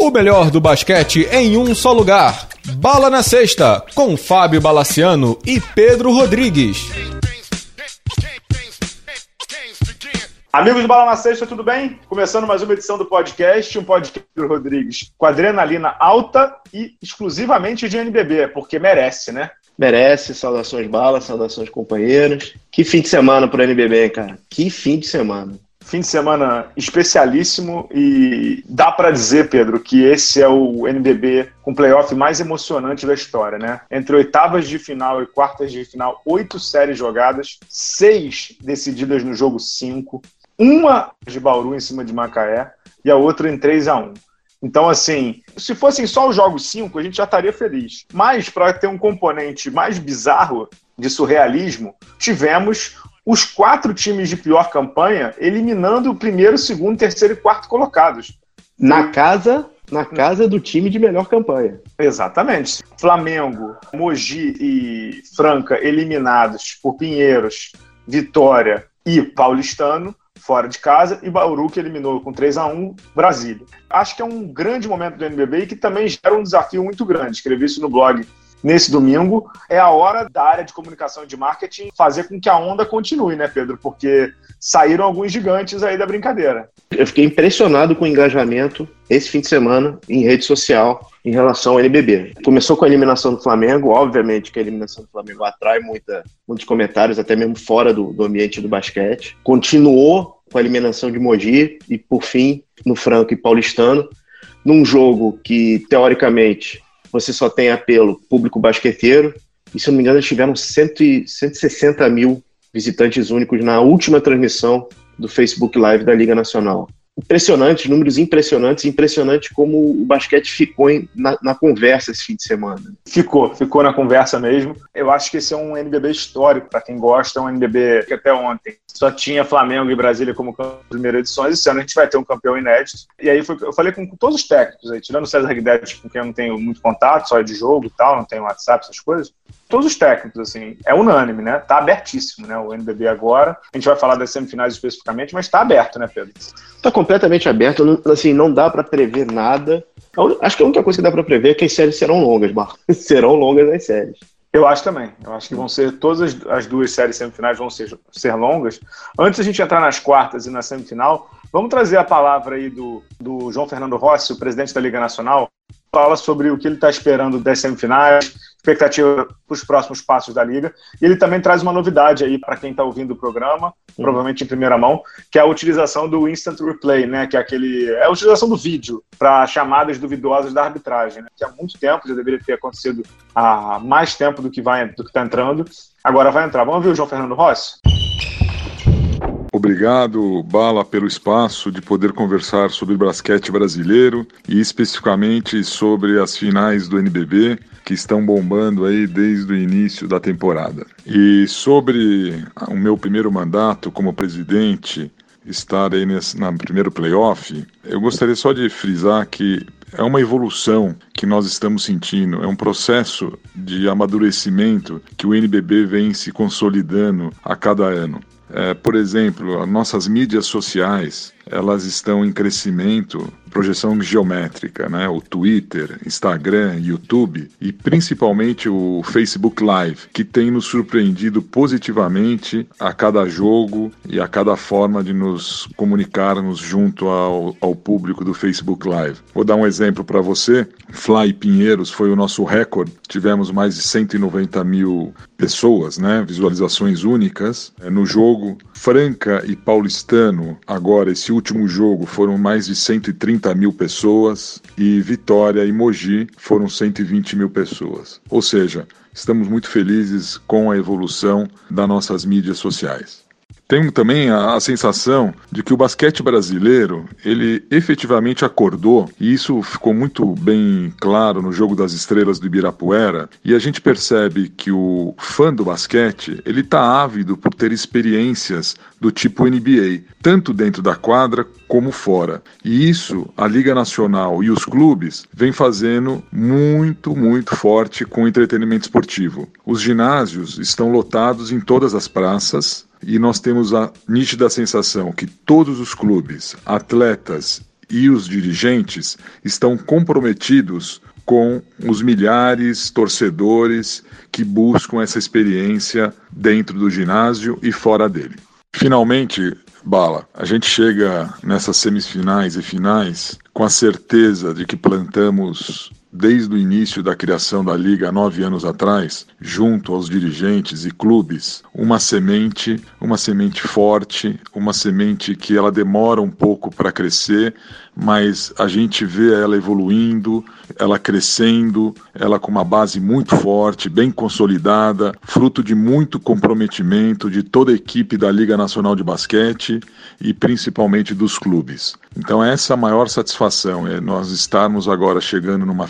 O melhor do basquete em um só lugar. Bala na Sexta, com Fábio Balaciano e Pedro Rodrigues. Amigos do Bala na Sexta, tudo bem? Começando mais uma edição do podcast, um podcast do Rodrigues com adrenalina alta e exclusivamente de NBB, porque merece, né? Merece, saudações Bala, saudações companheiros. Que fim de semana pro NBB, cara. Que fim de semana. Fim de semana especialíssimo e dá pra dizer, Pedro, que esse é o NBB com playoff mais emocionante da história, né? Entre oitavas de final e quartas de final, 8 séries jogadas, 6 decididas no jogo 5, uma de Bauru em cima de Macaé e a outra em 3-1. Então, assim, se fossem só os jogos 5, a gente já estaria feliz. Mas, para ter um componente mais bizarro de surrealismo, tivemos os 4 times de pior campanha eliminando o primeiro, segundo, terceiro e quarto colocados. Na casa do time de melhor campanha. Exatamente. Flamengo, Mogi e Franca eliminados por Pinheiros, Vitória e Paulistano, fora de casa, e Bauru, que eliminou com 3-1 Brasília. Acho que é um grande momento do NBB e que também gera um desafio muito grande. Escrevi isso no blog nesse domingo. É a hora da área de comunicação e de marketing fazer com que a onda continue, né, Pedro? Porque saíram alguns gigantes aí da brincadeira. Eu fiquei impressionado com o engajamento esse fim de semana em rede social em relação ao NBB. Começou com a eliminação do Flamengo, obviamente que a eliminação do Flamengo atrai muitos comentários, até mesmo fora do ambiente do basquete. Continuou com a eliminação de Mogi e, por fim, no Franca e Paulistano, num jogo que, teoricamente, você só tem apelo público basqueteiro, e se eu não me engano eles tiveram 160 mil visitantes únicos na última transmissão do Facebook Live da Liga Nacional. Impressionante, números impressionantes, impressionante como o basquete ficou na conversa esse fim de semana. Ficou na conversa mesmo. Eu acho que esse é um NBB histórico, para quem gosta, é um NBB que até ontem só tinha Flamengo e Brasília como primeira edições. Esse ano a gente vai ter um campeão inédito. E aí eu falei com todos os técnicos, aí, tirando o César Guedes, com quem eu não tenho muito contato, só é de jogo e tal, não tenho WhatsApp, essas coisas. Todos os técnicos, assim, é unânime, né? Tá abertíssimo, né? O NBB agora. A gente vai falar das semifinais especificamente, mas tá aberto, né, Pedro? Tá completamente aberto, assim, não dá pra prever nada. Acho que a única coisa que dá pra prever é que as séries serão longas, Marcos. Serão longas as séries. Eu acho também. Eu acho que vão ser todas as duas séries semifinais vão ser longas. Antes da gente entrar nas quartas e na semifinal, vamos trazer a palavra aí do João Fernando Rossi, o presidente da Liga Nacional. Fala sobre o que ele está esperando das semifinais, expectativa para os próximos passos da Liga. E ele também traz uma novidade aí para quem está ouvindo o programa, provavelmente em primeira mão, que é a utilização do Instant Replay, né? Que é a utilização do vídeo para chamadas duvidosas da arbitragem, né? Que há muito tempo, já deveria ter acontecido há mais tempo do que está entrando. Agora vai entrar. Vamos ouvir o João Fernando Rossi? Obrigado, Bala, pelo espaço de poder conversar sobre basquete brasileiro e especificamente sobre as finais do NBB, que estão bombando aí desde o início da temporada. E sobre o meu primeiro mandato como presidente, estar aí no primeiro playoff, eu gostaria só de frisar que é uma evolução que nós estamos sentindo, é um processo de amadurecimento que o NBB vem se consolidando a cada ano. Por exemplo, as nossas mídias sociais, elas estão em crescimento, projeção geométrica, né? O Twitter, Instagram, YouTube e principalmente o Facebook Live, que tem nos surpreendido positivamente a cada jogo e a cada forma de nos comunicarmos junto ao público do Facebook Live. Vou dar um exemplo para você. Fly Pinheiros foi o nosso recorde. Tivemos mais de 190 mil pessoas, né? Visualizações únicas no jogo. Franca e Paulistano, agora esse último jogo, foram mais de 130 mil pessoas e Vitória e Mogi foram 120 mil pessoas. Ou seja, estamos muito felizes com a evolução das nossas mídias sociais. Tenho também a sensação de que o basquete brasileiro, ele efetivamente acordou, e isso ficou muito bem claro no Jogo das Estrelas do Ibirapuera, e a gente percebe que o fã do basquete, ele está ávido por ter experiências do tipo NBA, tanto dentro da quadra como fora. E isso, a Liga Nacional e os clubes vêm fazendo muito, muito forte com o entretenimento esportivo. Os ginásios estão lotados em todas as praças, e nós temos a nítida sensação que todos os clubes, atletas e os dirigentes estão comprometidos com os milhares de torcedores que buscam essa experiência dentro do ginásio e fora dele. Finalmente, Bala, a gente chega nessas semifinais e finais com a certeza de que plantamos, desde o início da criação da Liga, há 9 anos atrás, junto aos dirigentes e clubes, uma semente forte, uma semente que ela demora um pouco para crescer, mas a gente vê ela evoluindo, ela crescendo, ela com uma base muito forte, bem consolidada, fruto de muito comprometimento de toda a equipe da Liga Nacional de Basquete e principalmente dos clubes. Então essa é a maior satisfação, é nós estarmos agora chegando numa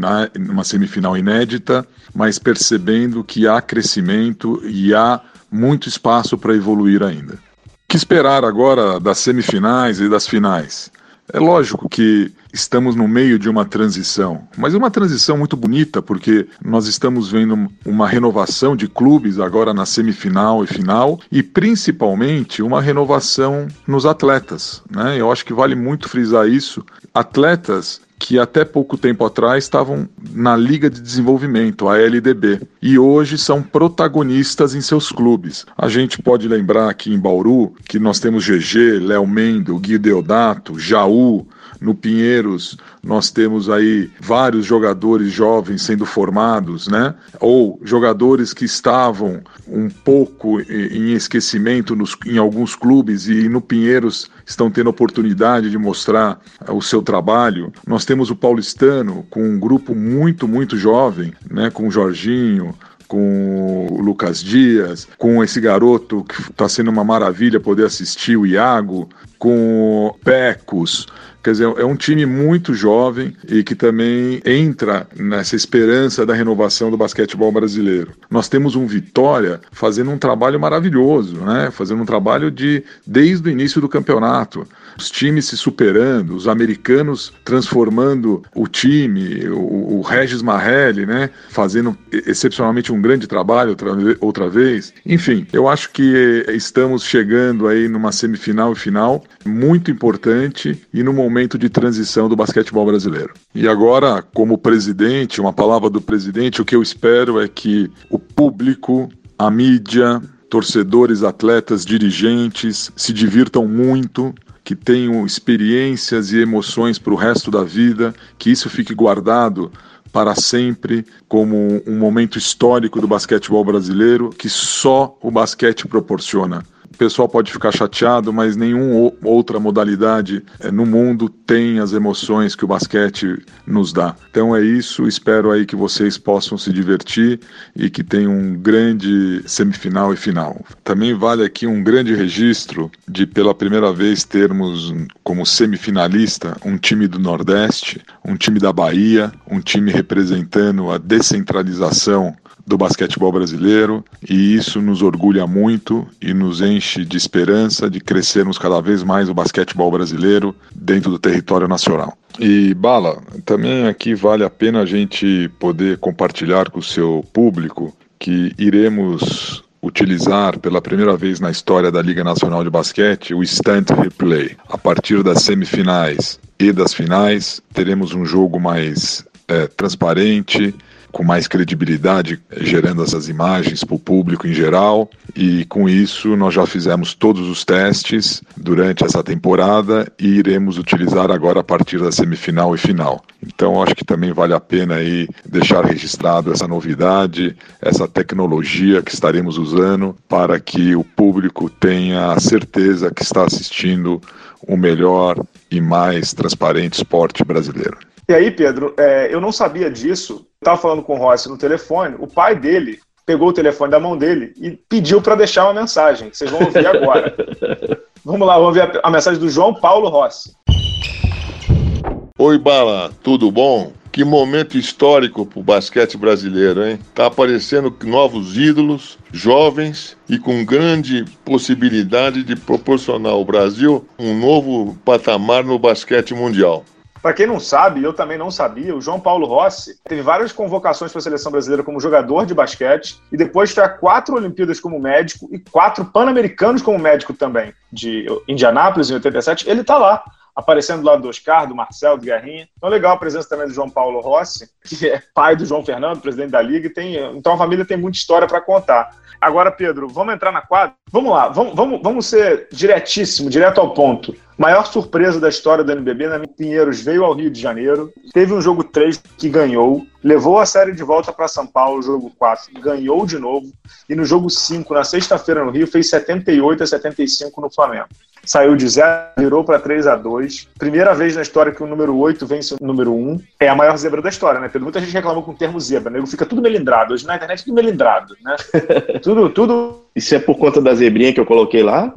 semifinal inédita, mas percebendo que há crescimento e há muito espaço para evoluir ainda. O que esperar agora das semifinais e das finais? É lógico que estamos no meio de uma transição, mas é uma transição muito bonita, porque nós estamos vendo uma renovação de clubes agora na semifinal e final, e principalmente uma renovação nos atletas, né? Eu acho que vale muito frisar isso. Atletas que até pouco tempo atrás estavam na Liga de Desenvolvimento, a LDB, e hoje são protagonistas em seus clubes. A gente pode lembrar aqui em Bauru que nós temos GG, Léo Mendo, Gui Deodato, Jaú. No Pinheiros nós temos aí vários jogadores jovens sendo formados, né? Ou jogadores que estavam um pouco em esquecimento em alguns clubes e no Pinheiros estão tendo oportunidade de mostrar o seu trabalho. Nós temos o Paulistano com um grupo muito, muito jovem, né? Com o Jorginho, com o Lucas Dias, com esse garoto que está sendo uma maravilha poder assistir, o Iago, com o Pecos. Quer dizer, é um time muito jovem e que também entra nessa esperança da renovação do basquetebol brasileiro. Nós temos um Vitória fazendo um trabalho maravilhoso, né? Fazendo um trabalho desde o início do campeonato. Os times se superando, os americanos transformando o time, o Regis Marrelli, né? Fazendo excepcionalmente um grande trabalho outra vez. Enfim, eu acho que estamos chegando aí numa semifinal e final muito importante e no momento de transição do basquetebol brasileiro. E agora, como presidente, uma palavra do presidente, o que eu espero é que o público, a mídia, torcedores, atletas, dirigentes se divirtam muito, que tenham experiências e emoções para o resto da vida, que isso fique guardado para sempre como um momento histórico do basquetebol brasileiro que só o basquete proporciona. O pessoal pode ficar chateado, mas nenhuma outra modalidade no mundo tem as emoções que o basquete nos dá. Então é isso, espero aí que vocês possam se divertir e que tenham um grande semifinal e final. Também vale aqui um grande registro de pela primeira vez termos como semifinalista um time do Nordeste, um time da Bahia, um time representando a descentralização do basquetebol brasileiro, e isso nos orgulha muito e nos enche de esperança de crescermos cada vez mais o basquetebol brasileiro dentro do território nacional. E Bala, também aqui vale a pena a gente poder compartilhar com o seu público que iremos utilizar pela primeira vez na história da Liga Nacional de Basquete o Instant Replay. A partir das semifinais e das finais, teremos um jogo mais transparente, com mais credibilidade, gerando essas imagens para o público em geral, e com isso nós já fizemos todos os testes durante essa temporada e iremos utilizar agora a partir da semifinal e final. Então acho que também vale a pena aí deixar registrado essa novidade, essa tecnologia que estaremos usando para que o público tenha a certeza que está assistindo o melhor e mais transparente esporte brasileiro. E aí, Pedro, eu não sabia disso. Eu estava falando com o Rossi no telefone, o pai dele pegou o telefone da mão dele e pediu para deixar uma mensagem, que vocês vão ouvir agora. Vamos lá, vamos ver a mensagem do João Paulo Rossi. Oi, Bala, tudo bom? Que momento histórico para o basquete brasileiro, hein? Tá aparecendo novos ídolos, jovens e com grande possibilidade de proporcionar ao Brasil um novo patamar no basquete mundial. Para quem não sabe, eu também não sabia, o João Paulo Rossi teve várias convocações para a seleção brasileira como jogador de basquete e depois foi a 4 Olimpíadas como médico e 4 Pan-Americanos como médico também, de Indianápolis em 87. Ele está lá aparecendo do lado do Oscar, do Marcelo, do Guerrinha. Então, legal a presença também do João Paulo Rossi, que é pai do João Fernando, presidente da Liga, então a família tem muita história para contar. Agora, Pedro, vamos entrar na quadra? Vamos lá, vamos ser direto ao ponto. Maior surpresa da história do NBB, na Pinheiros veio ao Rio de Janeiro, teve um jogo 3 que ganhou, levou a série de volta para São Paulo, jogo 4, ganhou de novo, e no jogo 5, na sexta-feira no Rio, fez 78-75 no Flamengo. Saiu de 0, virou para 3-2. Primeira vez na história que o número 8 vence o número 1. É a maior zebra da história, né, Pedro? Muita gente reclamou com o termo zebra, né? Fica tudo melindrado. Hoje na internet tudo melindrado, né? tudo... Isso é por conta da zebrinha que eu coloquei lá?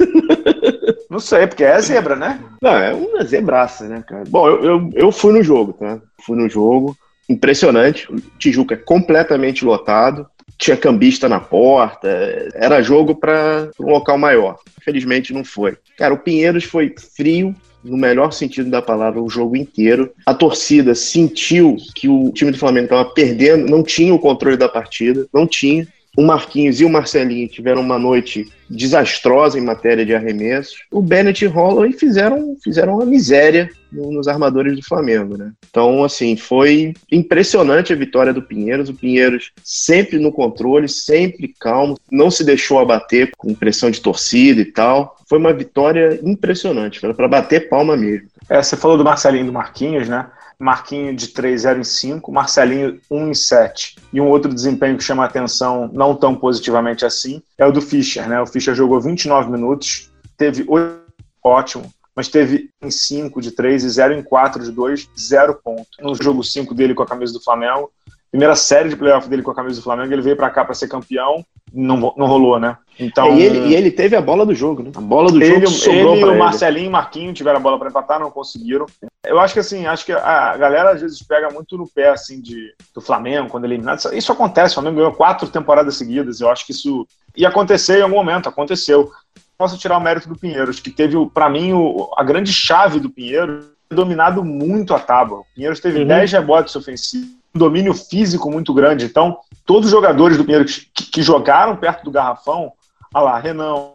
Não sei, porque é zebra, né? Não, é uma zebraça, né, cara? Bom, eu fui no jogo, tá? Fui no jogo. Impressionante. O Tijuca é completamente lotado. Tinha cambista na porta. Era jogo para um local maior. Infelizmente não foi. Cara, o Pinheiros foi frio, no melhor sentido da palavra, o jogo inteiro. A torcida sentiu que o time do Flamengo estava perdendo, não tinha o controle da partida, não tinha. O Marquinhos e o Marcelinho tiveram uma noite desastrosa em matéria de arremessos. O Bennett e o Holloway fizeram uma miséria nos armadores do Flamengo, né? Então, assim, foi impressionante a vitória do Pinheiros. O Pinheiros sempre no controle, sempre calmo, não se deixou abater com pressão de torcida e tal. Foi uma vitória impressionante, para bater palma mesmo. Você falou do Marcelinho e do Marquinhos, né? Marquinho de 3, 0 em 5, Marcelinho 1 em 7. E um outro desempenho que chama a atenção, não tão positivamente assim, é o do Fischer, né? O Fischer jogou 29 minutos, teve 8, ótimo, mas teve em 5 de 3 e 0 em 4 de 2, 0 ponto. No jogo 5 dele com a camisa do Flamengo, primeira série de playoff dele com a camisa do Flamengo, ele veio pra cá pra ser campeão, não rolou, né? Então, ele teve a bola do jogo, né? A bola do jogo sobrou pra ele. O Marcelinho e o Marquinho tiveram a bola pra empatar, não conseguiram. Eu acho que a galera às vezes pega muito no pé assim, do Flamengo, quando ele é eliminado. Isso acontece, o Flamengo ganhou 4 temporadas seguidas, eu acho que isso ia acontecer em algum momento, aconteceu. Posso tirar o mérito do Pinheiros, que teve, pra mim, a grande chave do Pinheiros, dominado muito a tábua. O Pinheiros teve 10 rebotes ofensivos, um domínio físico muito grande. Então, todos os jogadores do Pinheiros que jogaram perto do garrafão, olha lá, Renan,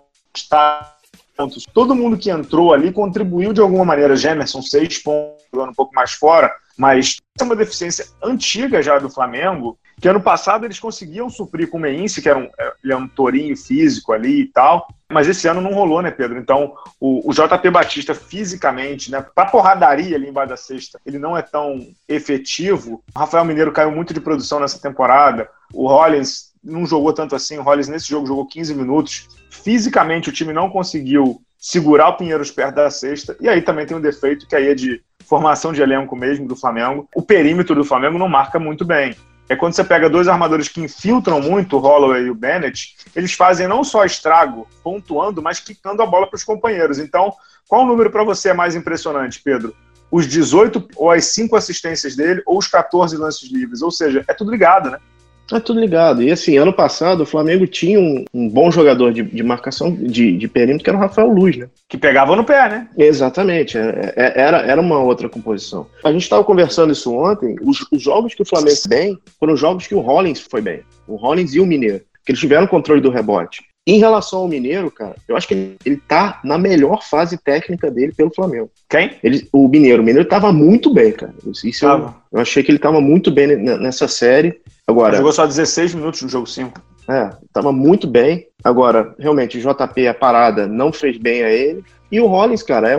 pontos, todo mundo que entrou ali contribuiu de alguma maneira. Gemerson, 6 pontos, jogando um pouco mais fora, mas essa é uma deficiência antiga já do Flamengo, que ano passado eles conseguiam suprir com o Meinse, que ele é um tourinho físico ali e tal, mas esse ano não rolou, né, Pedro? Então, o JP Batista fisicamente, né, pra porradaria ali embaixo da cesta, ele não é tão efetivo. O Rafael Mineiro caiu muito de produção nessa temporada, o Hollins não jogou tanto assim, o Hollins nesse jogo jogou 15 minutos. Fisicamente o time não conseguiu segurar o Pinheiros perto da cesta, e aí também tem um defeito que aí é de formação de elenco mesmo do Flamengo. O perímetro do Flamengo não marca muito bem. É quando você pega 2 armadores que infiltram muito, o Holloway e o Bennett, eles fazem não só estrago pontuando, mas quicando a bola para os companheiros. Então, qual o número para você é mais impressionante, Pedro? Os 18 ou as 5 assistências dele, ou os 14 lances livres? Ou seja, é tudo ligado, né? É tudo ligado. E assim, ano passado o Flamengo tinha um bom jogador de marcação de perímetro, que era o Rafael Luz, né? Que pegava no pé, né? Exatamente. Era uma outra composição. A gente estava conversando isso ontem. Os jogos que o Flamengo foi bem foram os jogos que o Hollins foi bem. O Hollins e o Mineiro. Que eles tiveram controle do rebote. Em relação ao Mineiro, cara, eu acho que ele tá na melhor fase técnica dele pelo Flamengo. Quem? O Mineiro tava muito bem, cara. Isso eu achei que ele tava muito bem nessa série. Agora, jogou só 16 minutos no jogo 5. Tava muito bem. Agora, realmente, o JP, a parada, não fez bem a ele. E o Hollins, cara,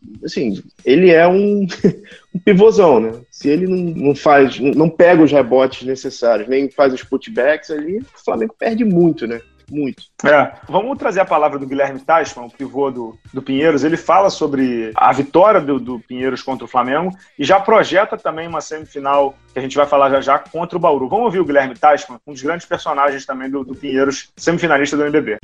ele é um pivôzão, né? Se ele não pega os rebotes necessários, nem faz os putbacks ali, o Flamengo perde muito, né? Muito. Vamos trazer a palavra do Guilherme Teichmann, o pivô do Pinheiros. Ele fala sobre a vitória do Pinheiros contra o Flamengo e já projeta também uma semifinal que a gente vai falar já contra o Bauru. Vamos ouvir o Guilherme Teichmann, um dos grandes personagens também do Pinheiros, semifinalista do NBB.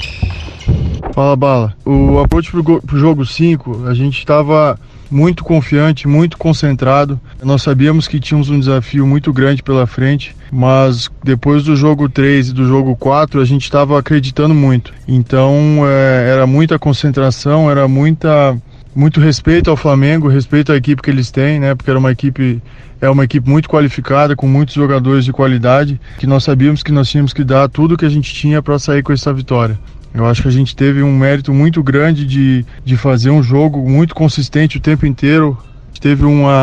Fala, Bala. O approach pro jogo 5, a gente estava muito confiante, muito concentrado. Nós sabíamos que tínhamos um desafio muito grande pela frente, mas depois do jogo 3 e do jogo 4, a gente estava acreditando muito. Então, era muita concentração, era muito respeito ao Flamengo, respeito à equipe que eles têm, né? Porque é uma equipe muito qualificada, com muitos jogadores de qualidade, que nós sabíamos que nós tínhamos que dar tudo que a gente tinha para sair com essa vitória. Eu acho que a gente teve um mérito muito grande de fazer um jogo muito consistente o tempo inteiro. Teve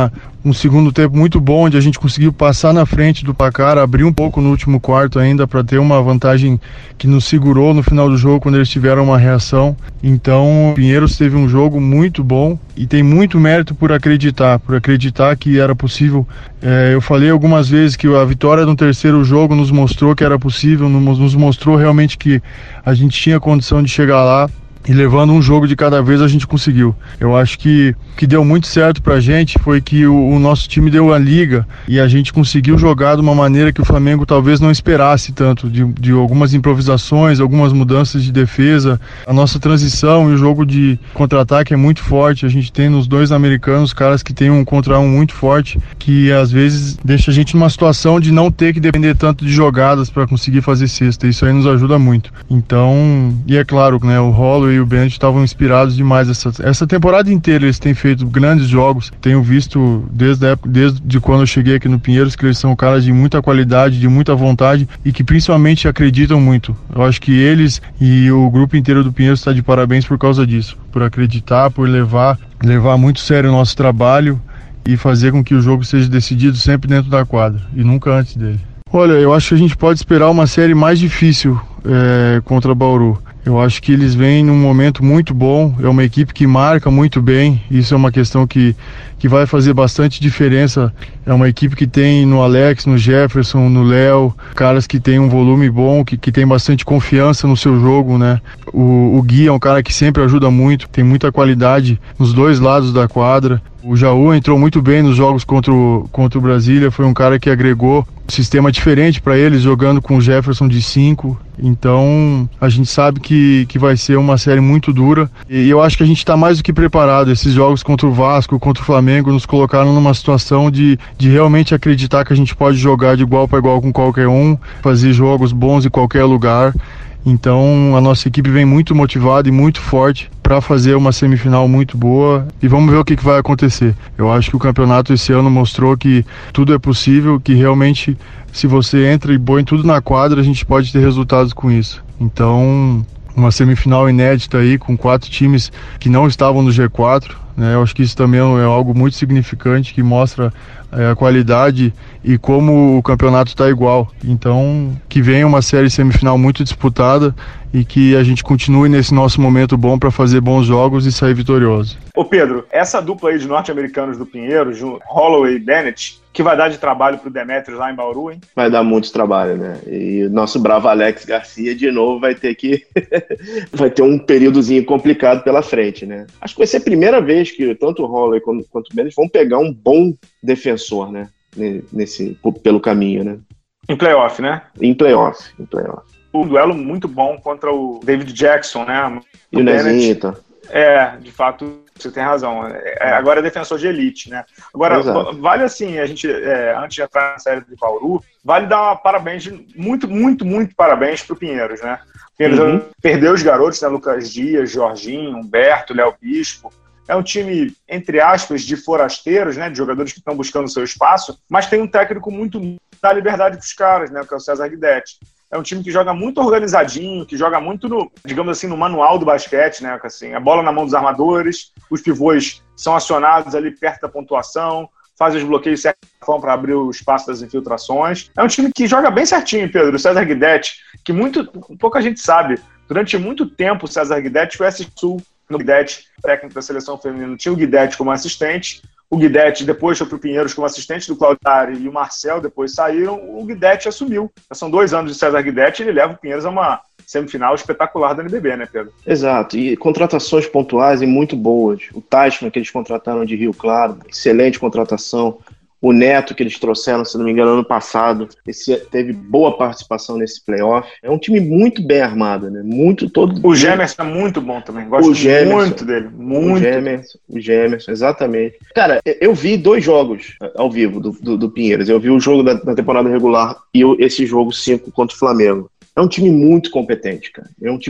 um segundo tempo muito bom, onde a gente conseguiu passar na frente do placar, abrir um pouco no último quarto ainda para ter uma vantagem que nos segurou no final do jogo quando eles tiveram uma reação. Então o Pinheiros teve um jogo muito bom e tem muito mérito por acreditar que era possível. Eu falei algumas vezes que a vitória no terceiro jogo nos mostrou que era possível, nos mostrou realmente que a gente tinha condição de chegar lá. E levando um jogo de cada vez a gente conseguiu. Eu acho que o que deu muito certo pra gente foi que o nosso time deu a liga e a gente conseguiu jogar de uma maneira que o Flamengo talvez não esperasse tanto, de algumas improvisações, algumas mudanças de defesa. A nossa transição e o jogo de contra-ataque é muito forte. A gente tem nos dois americanos caras que tem um contra um muito forte, que às vezes deixa a gente numa situação de não ter que depender tanto de jogadas para conseguir fazer cesta. Isso aí nos ajuda muito. Então, e é claro, né, o Holloway e o Bennett estavam inspirados demais essa temporada inteira. Eles têm feito grandes jogos. Tenho visto desde quando eu cheguei aqui no Pinheiros que eles são caras de muita qualidade, de muita vontade e que principalmente acreditam muito. Eu acho que eles e o grupo inteiro do Pinheiros está de parabéns por causa disso, por acreditar, por levar muito sério o nosso trabalho e fazer com que o jogo seja decidido sempre dentro da quadra e nunca antes dele. Olha, eu acho que a gente pode esperar uma série mais difícil contra Bauru. Eu acho que eles vêm num momento muito bom, é uma equipe que marca muito bem, isso é uma questão que vai fazer bastante diferença. É uma equipe que tem no Alex, no Jefferson, no Léo, caras que tem um volume bom, que tem bastante confiança no seu jogo, né? O Gui é um cara que sempre ajuda muito, tem muita qualidade nos dois lados da quadra. O Jaú entrou muito bem nos jogos contra o Brasília, foi um cara que agregou um sistema diferente para eles, jogando com o Jefferson de 5. Então a gente sabe que vai ser uma série muito dura e eu acho que a gente está mais do que preparado. Esses jogos contra o Vasco, contra o Flamengo nos colocaram numa situação de realmente acreditar que a gente pode jogar de igual para igual com qualquer um, fazer jogos bons em qualquer lugar. Então a nossa equipe vem muito motivada e muito forte para fazer uma semifinal muito boa e vamos ver o que vai acontecer. Eu acho que o campeonato esse ano mostrou que tudo é possível, que realmente se você entra e põe tudo na quadra, a gente pode ter resultados com isso. Então, uma semifinal inédita aí com 4 times que não estavam no G4, né? Eu acho que isso também é algo muito significante, que mostra a qualidade e como o campeonato está igual. Então, que venha uma série semifinal muito disputada e que a gente continue nesse nosso momento bom para fazer bons jogos e sair vitorioso. Ô Pedro, essa dupla aí de norte-americanos do Pinheiros, Holloway e Bennett, que vai dar de trabalho pro Demetrius lá em Bauru, hein? Vai dar muito trabalho, né? E o nosso bravo Alex Garcia, de novo, vai ter que... vai ter um períodozinho complicado pela frente, né? Acho que vai ser a primeira vez que tanto o Holloway quanto o Bennett vão pegar um bom defensor, né? Pelo caminho, né? Em playoff, né? Em playoff. Um duelo muito bom contra o David Jackson, né? E o Nezinho, tá? De fato, você tem razão. Agora é defensor de elite, né? Agora, vale assim, a gente, antes de entrar na série de Bauru, vale dar parabéns, muito parabéns pro Pinheiros, né? Pinheiros perdeu os garotos, né? Lucas Dias, Jorginho, Humberto, Léo Bispo. É um time, entre aspas, de forasteiros, né? De jogadores que estão buscando o seu espaço, mas tem um técnico muito dá liberdade para os caras, né? Que é o César Guidetti. É um time que joga muito organizadinho, que joga muito no, digamos assim, no manual do basquete, né? Assim, a bola na mão dos armadores, os pivôs são acionados ali perto da pontuação, fazem os bloqueios certos para abrir o espaço das infiltrações. É um time que joga bem certinho, Pedro. O César Guidetti, que pouca gente sabe, durante muito tempo o César Guidetti foi assistente no Guidetti, técnico da seleção feminina, tinha o Guidetti como assistente. O Guidetti depois foi para o Pinheiros como assistente do Claudari e o Marcel depois saíram. O Guidetti assumiu. Já são 2 anos de César Guidetti e ele leva o Pinheiros a uma semifinal espetacular da NBB, né, Pedro? Exato. E contratações pontuais e muito boas. O Teichmann, que eles contrataram de Rio Claro, excelente contratação. O Neto, que eles trouxeram, se não me engano, ano passado, teve boa participação nesse playoff. É um time muito bem armado, né? O Gemerson é muito bom também. Gosto muito dele. O Gemerson, exatamente. Cara, eu vi 2 jogos ao vivo do Pinheiros. Eu vi o jogo da temporada regular e esse jogo 5 contra o Flamengo. É um time muito competente, cara. É um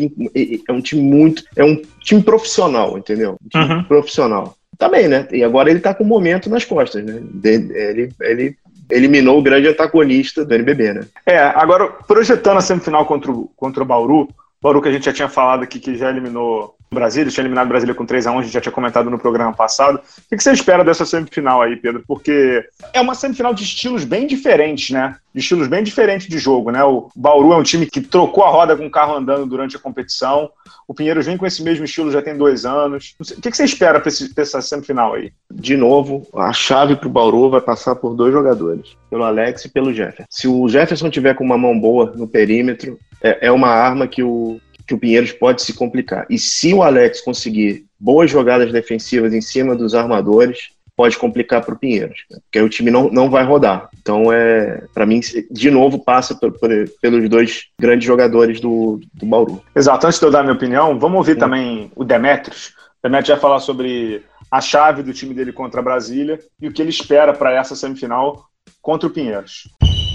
time profissional, entendeu? Um time profissional. Tá bem, né? E agora ele tá com um momento nas costas, né? Ele eliminou o grande antagonista do NBB, né? Agora, projetando a semifinal contra o Bauru, Bauru, que a gente já tinha falado aqui, que já eliminou o Brasília, tinha eliminado o Brasília com 3-1, a gente já tinha comentado no programa passado. O que você espera dessa semifinal aí, Pedro? Porque é uma semifinal de estilos bem diferentes, né? De estilos bem diferentes de jogo, né? O Bauru é um time que trocou a roda com o carro andando durante a competição. O Pinheiros vem com esse mesmo estilo já tem 2 anos. O que você espera para essa semifinal aí? De novo, a chave para o Bauru vai passar por 2 jogadores, pelo Alex e pelo Jefferson. Se o Jefferson tiver com uma mão boa no perímetro, é uma arma que o Pinheiros pode se complicar. E se o Alex conseguir boas jogadas defensivas em cima dos armadores, pode complicar para o Pinheiros, porque aí o time não vai rodar. Então, para mim, de novo, passa pelos 2 grandes jogadores do Bauru. Exato. Antes de eu dar a minha opinião, vamos ouvir também o Demetrios. O Demetrios vai falar sobre a chave do time dele contra a Brasília e o que ele espera para essa semifinal contra o Pinheiros.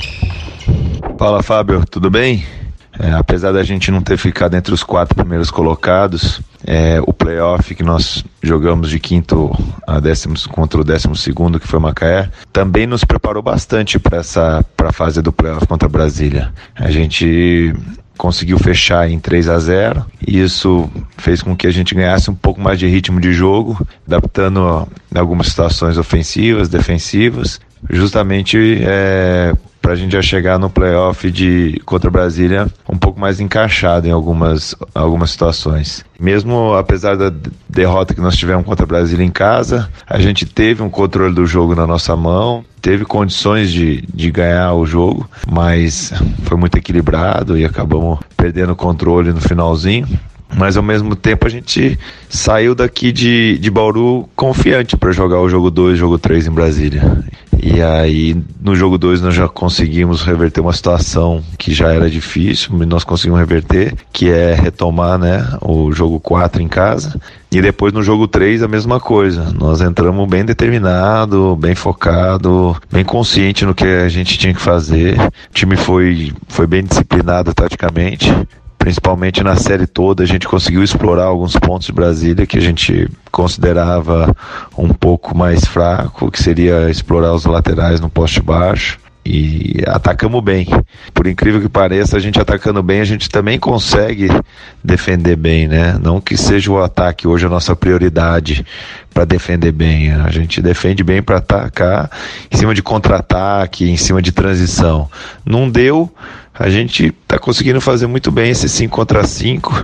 Fala, Fábio, tudo bem? Apesar da gente não ter ficado entre os 4 primeiros colocados, o playoff que nós jogamos de 5º a 10º contra o 12º, que foi Macaé, também nos preparou bastante para a fase do playoff contra a Brasília. A gente conseguiu fechar em 3-0, e isso fez com que a gente ganhasse um pouco mais de ritmo de jogo, adaptando algumas situações ofensivas, defensivas, justamente para a gente já chegar no playoff contra a Brasília um pouco mais encaixado em algumas situações. Mesmo apesar da derrota que nós tivemos contra a Brasília em casa, a gente teve um controle do jogo na nossa mão, teve condições de ganhar o jogo, mas foi muito equilibrado e acabamos perdendo o controle no finalzinho. Mas ao mesmo tempo a gente saiu daqui de Bauru confiante para jogar o jogo 2 e o jogo 3 em Brasília. E aí no jogo 2 nós já conseguimos reverter uma situação que já era difícil, mas nós conseguimos reverter, que é retomar, né, o jogo 4 em casa. E depois no jogo 3 a mesma coisa, nós entramos bem determinado, bem focado, bem consciente no que a gente tinha que fazer. O time foi bem disciplinado taticamente. Principalmente na série toda, a gente conseguiu explorar alguns pontos de Brasília que a gente considerava um pouco mais fraco, que seria explorar os laterais no poste baixo, e atacamos bem. Por incrível que pareça, a gente atacando bem, a gente também consegue defender bem, né? Não que seja o ataque hoje a nossa prioridade para defender bem, a gente defende bem para atacar em cima de contra-ataque, em cima de transição. Não deu, a gente está conseguindo fazer muito bem esse 5 contra 5,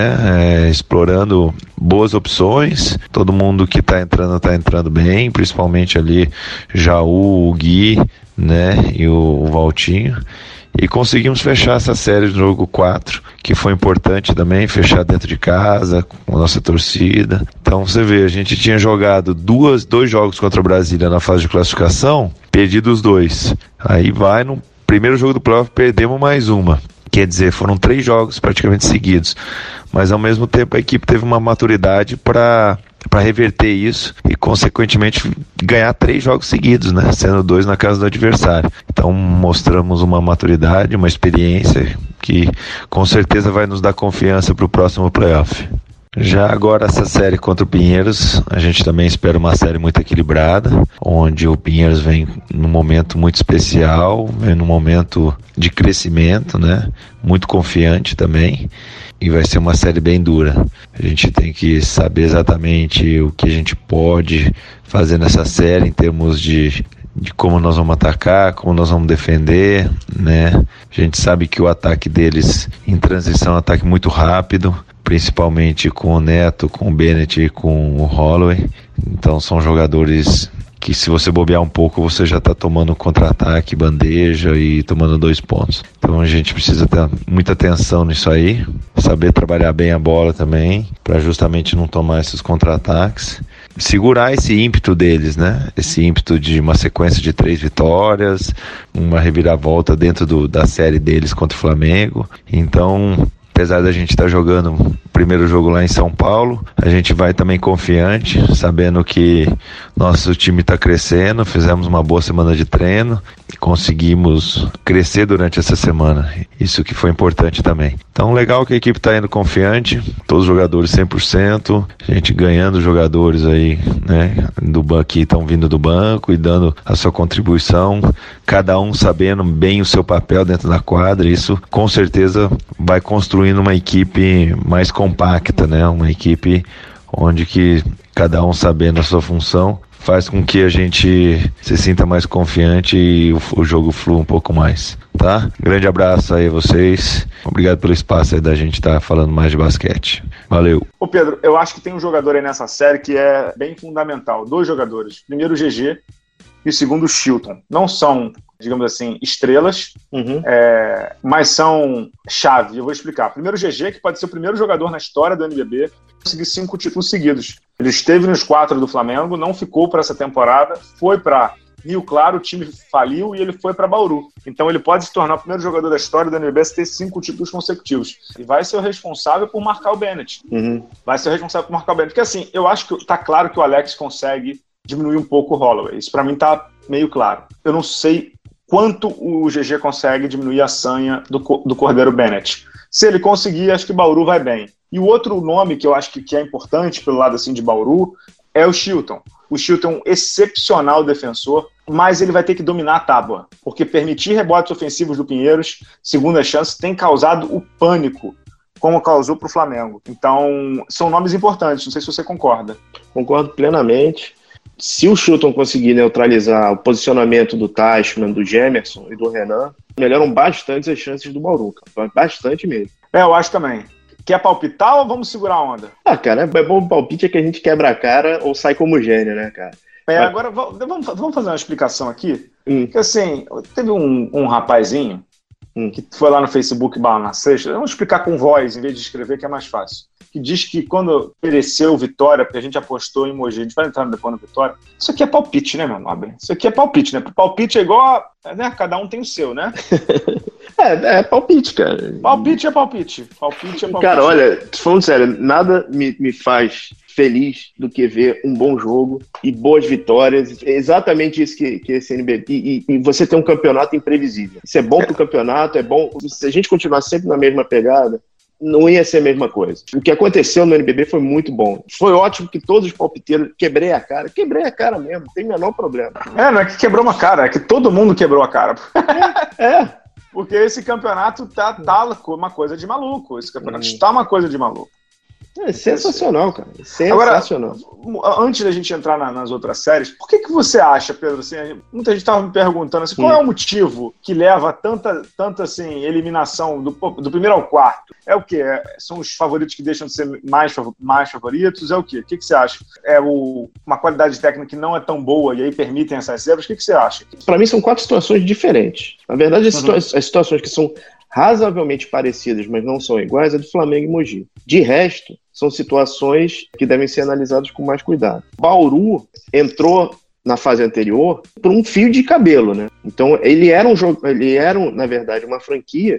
né? Explorando boas opções. Todo mundo que está entrando bem, principalmente ali Jaú, o Gui, né? E o Valtinho. E conseguimos fechar essa série do jogo 4, que foi importante também, fechar dentro de casa, com a nossa torcida. Então você vê, a gente tinha jogado 2 jogos contra a Brasília na fase de classificação, perdido os 2. Aí vai no primeiro jogo do playoff, perdemos mais uma. Quer dizer, foram 3 jogos praticamente seguidos. Mas ao mesmo tempo a equipe teve uma maturidade para reverter isso e consequentemente ganhar 3 jogos seguidos, né? Sendo 2 na casa do adversário. Então mostramos uma maturidade, uma experiência que com certeza vai nos dar confiança para o próximo playoff. Já agora essa série contra o Pinheiros, a gente também espera uma série muito equilibrada, onde o Pinheiros vem num momento muito especial, vem num momento de crescimento, né? Muito confiante também, e vai ser uma série bem dura. A gente tem que saber exatamente o que a gente pode fazer nessa série em termos de como nós vamos atacar, como nós vamos defender, né? A gente sabe que o ataque deles em transição é um ataque muito rápido, principalmente com o Neto, com o Bennett e com o Holloway. Então são jogadores que, se você bobear um pouco, você já está tomando contra-ataque, bandeja e tomando 2 pontos. Então a gente precisa ter muita atenção nisso aí, saber trabalhar bem a bola também, para justamente não tomar esses contra-ataques. Segurar esse ímpeto deles, né? Esse ímpeto de uma sequência de 3 vitórias, uma reviravolta dentro da série deles contra o Flamengo. Então, apesar da gente estar jogando o primeiro jogo lá em São Paulo, a gente vai também confiante, sabendo que nosso time está crescendo, fizemos uma boa semana de treino e conseguimos crescer durante essa semana. Isso que foi importante também. Então, legal que a equipe está indo confiante, todos os jogadores 100%, a gente ganhando jogadores aí, né, que estão vindo do banco e dando a sua contribuição, cada um sabendo bem o seu papel dentro da quadra. Isso com certeza vai construir construindo uma equipe mais compacta, né? Uma equipe onde que cada um sabendo a sua função faz com que a gente se sinta mais confiante e o jogo flua um pouco mais, tá? Grande abraço aí a vocês. Obrigado pelo espaço aí da gente estar falando mais de basquete. Valeu. Ô Pedro, eu acho que tem um jogador aí nessa série que é bem fundamental. 2 jogadores. Primeiro o GG e o segundo o Chilton. Não são, digamos assim, estrelas, mas são chave. Eu vou explicar. Primeiro o GG, que pode ser o primeiro jogador na história do NBB a conseguir 5 títulos seguidos. Ele esteve nos 4 do Flamengo, não ficou para essa temporada, foi para Rio Claro, o time faliu e ele foi para Bauru. Então ele pode se tornar o primeiro jogador da história do NBB a ter 5 títulos consecutivos. E vai ser o responsável por marcar o Bennett. Vai ser o responsável por marcar o Bennett. Porque assim, eu acho que tá claro que o Alex consegue diminuir um pouco o Holloway. Isso para mim tá meio claro. Eu não sei quanto o GG consegue diminuir a sanha do Cordeiro Bennett. Se ele conseguir, acho que Bauru vai bem. E o outro nome que eu acho que é importante pelo lado assim de Bauru é o Chilton. O Chilton é um excepcional defensor, mas ele vai ter que dominar a tábua, porque permitir rebotes ofensivos do Pinheiros, segunda chance, tem causado o pânico, como causou para o Flamengo. Então, são nomes importantes, não sei se você concorda. Concordo plenamente. Se o Chilton conseguir neutralizar o posicionamento do Teichmann, do Gemerson e do Renan, melhoram bastante as chances do Bauru, cara. Bastante mesmo. Eu acho também. Quer palpitar ou vamos segurar a onda? Cara, é bom o palpite é que a gente quebra a cara ou sai como gênio, né, cara? Agora vamos fazer uma explicação aqui. Porque assim, teve um rapazinho que foi lá no Facebook Bala na Sexta, vamos explicar com voz em vez de escrever, que é mais fácil. Que diz que quando mereceu Vitória, porque a gente apostou em Mogi, a gente vai entrar depois no Vitória. Isso aqui é palpite, né, meu nobre? Isso aqui é palpite, né? Palpite é igual né? Cada um tem o seu, né? É palpite, cara. Palpite é palpite. Palpite é palpite. Cara, olha, falando sério, nada me faz feliz do que ver um bom jogo e boas vitórias. É exatamente isso que esse NBB. E você tem um campeonato imprevisível. Isso é bom pro campeonato, é bom. Se a gente continuar sempre na mesma pegada, não ia ser a mesma coisa. O que aconteceu no NBB foi muito bom. Foi ótimo que todos os palpiteiros quebrei a cara mesmo, não tem o menor problema. Não é que quebrou uma cara, é que todo mundo quebrou a cara. Porque esse campeonato tá uma coisa de maluco. Esse campeonato está uma coisa de maluco. É sensacional, cara. Sensacional. Agora, antes da gente entrar nas outras séries, por que você acha, Pedro, assim, muita gente estava me perguntando assim, qual é o motivo que leva a tanta assim, eliminação do primeiro ao quarto? É o quê? São os favoritos que deixam de ser mais favoritos? É o quê? O que você acha? É uma qualidade técnica que não é tão boa e aí permitem essas zebras? O que você acha? Para mim são 4 situações diferentes. Na verdade, as situações que são razoavelmente parecidas, mas não são iguais, é do Flamengo e Mogi. De resto, são situações que devem ser analisadas com mais cuidado. Bauru entrou na fase anterior por um fio de cabelo, né? Então, ele era, na verdade, uma franquia,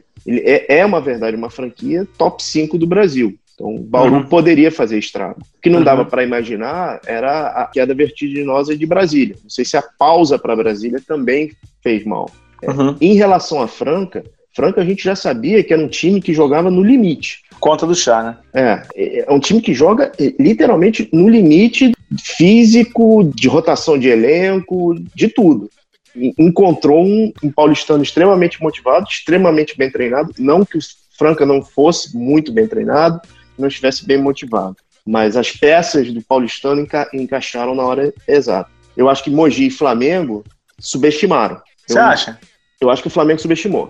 uma franquia top 5 do Brasil. Então, Bauru poderia fazer estrago. O que não dava para imaginar era a queda vertiginosa de Brasília. Não sei se a pausa para Brasília também fez mal. Em relação à Franca a gente já sabia que era um time que jogava no limite. Conta do chá, né? É um time que joga literalmente no limite físico, de rotação de elenco, de tudo. Encontrou um paulistano extremamente motivado, extremamente bem treinado. Não que o Franca não fosse muito bem treinado, não estivesse bem motivado. Mas as peças do paulistano encaixaram na hora exata. Eu acho que Mogi e Flamengo subestimaram. Você acha? Eu acho que o Flamengo subestimou.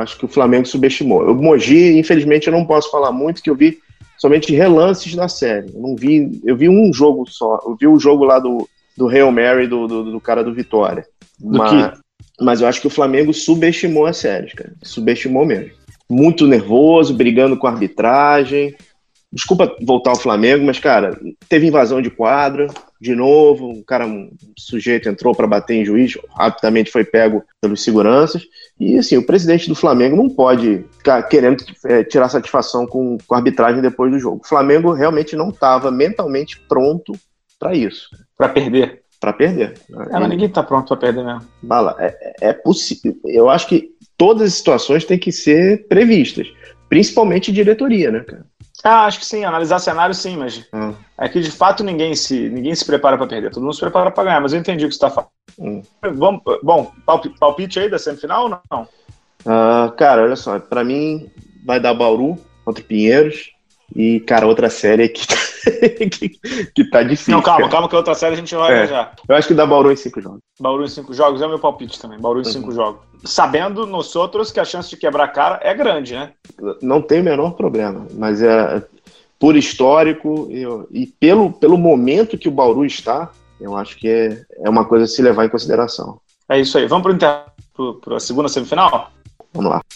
O Mogi, infelizmente, eu não posso falar muito, que eu vi somente relances da série. Eu vi um jogo só. Eu vi o jogo lá do Hail Mary, do cara do Vitória. Mas eu acho que o Flamengo subestimou as séries, cara. Subestimou mesmo. Muito nervoso, brigando com a arbitragem. Desculpa voltar ao Flamengo, mas, cara, teve invasão de quadra, de novo, um sujeito entrou para bater em juiz, rapidamente foi pego pelos seguranças, e, assim, o presidente do Flamengo não pode ficar querendo tirar satisfação com a arbitragem depois do jogo. O Flamengo realmente não estava mentalmente pronto para isso. Para perder. Para perder. Mas ninguém está pronto para perder mesmo. Bala, é possível. Eu acho que todas as situações têm que ser previstas, principalmente diretoria, né, cara? Acho que sim, analisar cenário sim, mas é que de fato ninguém se prepara para perder, todo mundo se prepara para ganhar, mas eu entendi o que você está falando. Bom, palpite aí da semifinal ou não? Cara, olha só, para mim vai dar Bauru, contra o Pinheiros. E, cara, outra série que tá difícil. Não, calma, que outra série a gente vai já. Eu acho que dá Bauru em 5 jogos. Bauru em 5 jogos é o meu palpite também. Bauru em 5 jogos. Sabendo nos outros que a chance de quebrar a cara é grande, né? Não tem o menor problema, mas por histórico e pelo momento que o Bauru está, eu acho que é uma coisa a se levar em consideração. É isso aí. Vamos para a segunda semifinal? Vamos lá.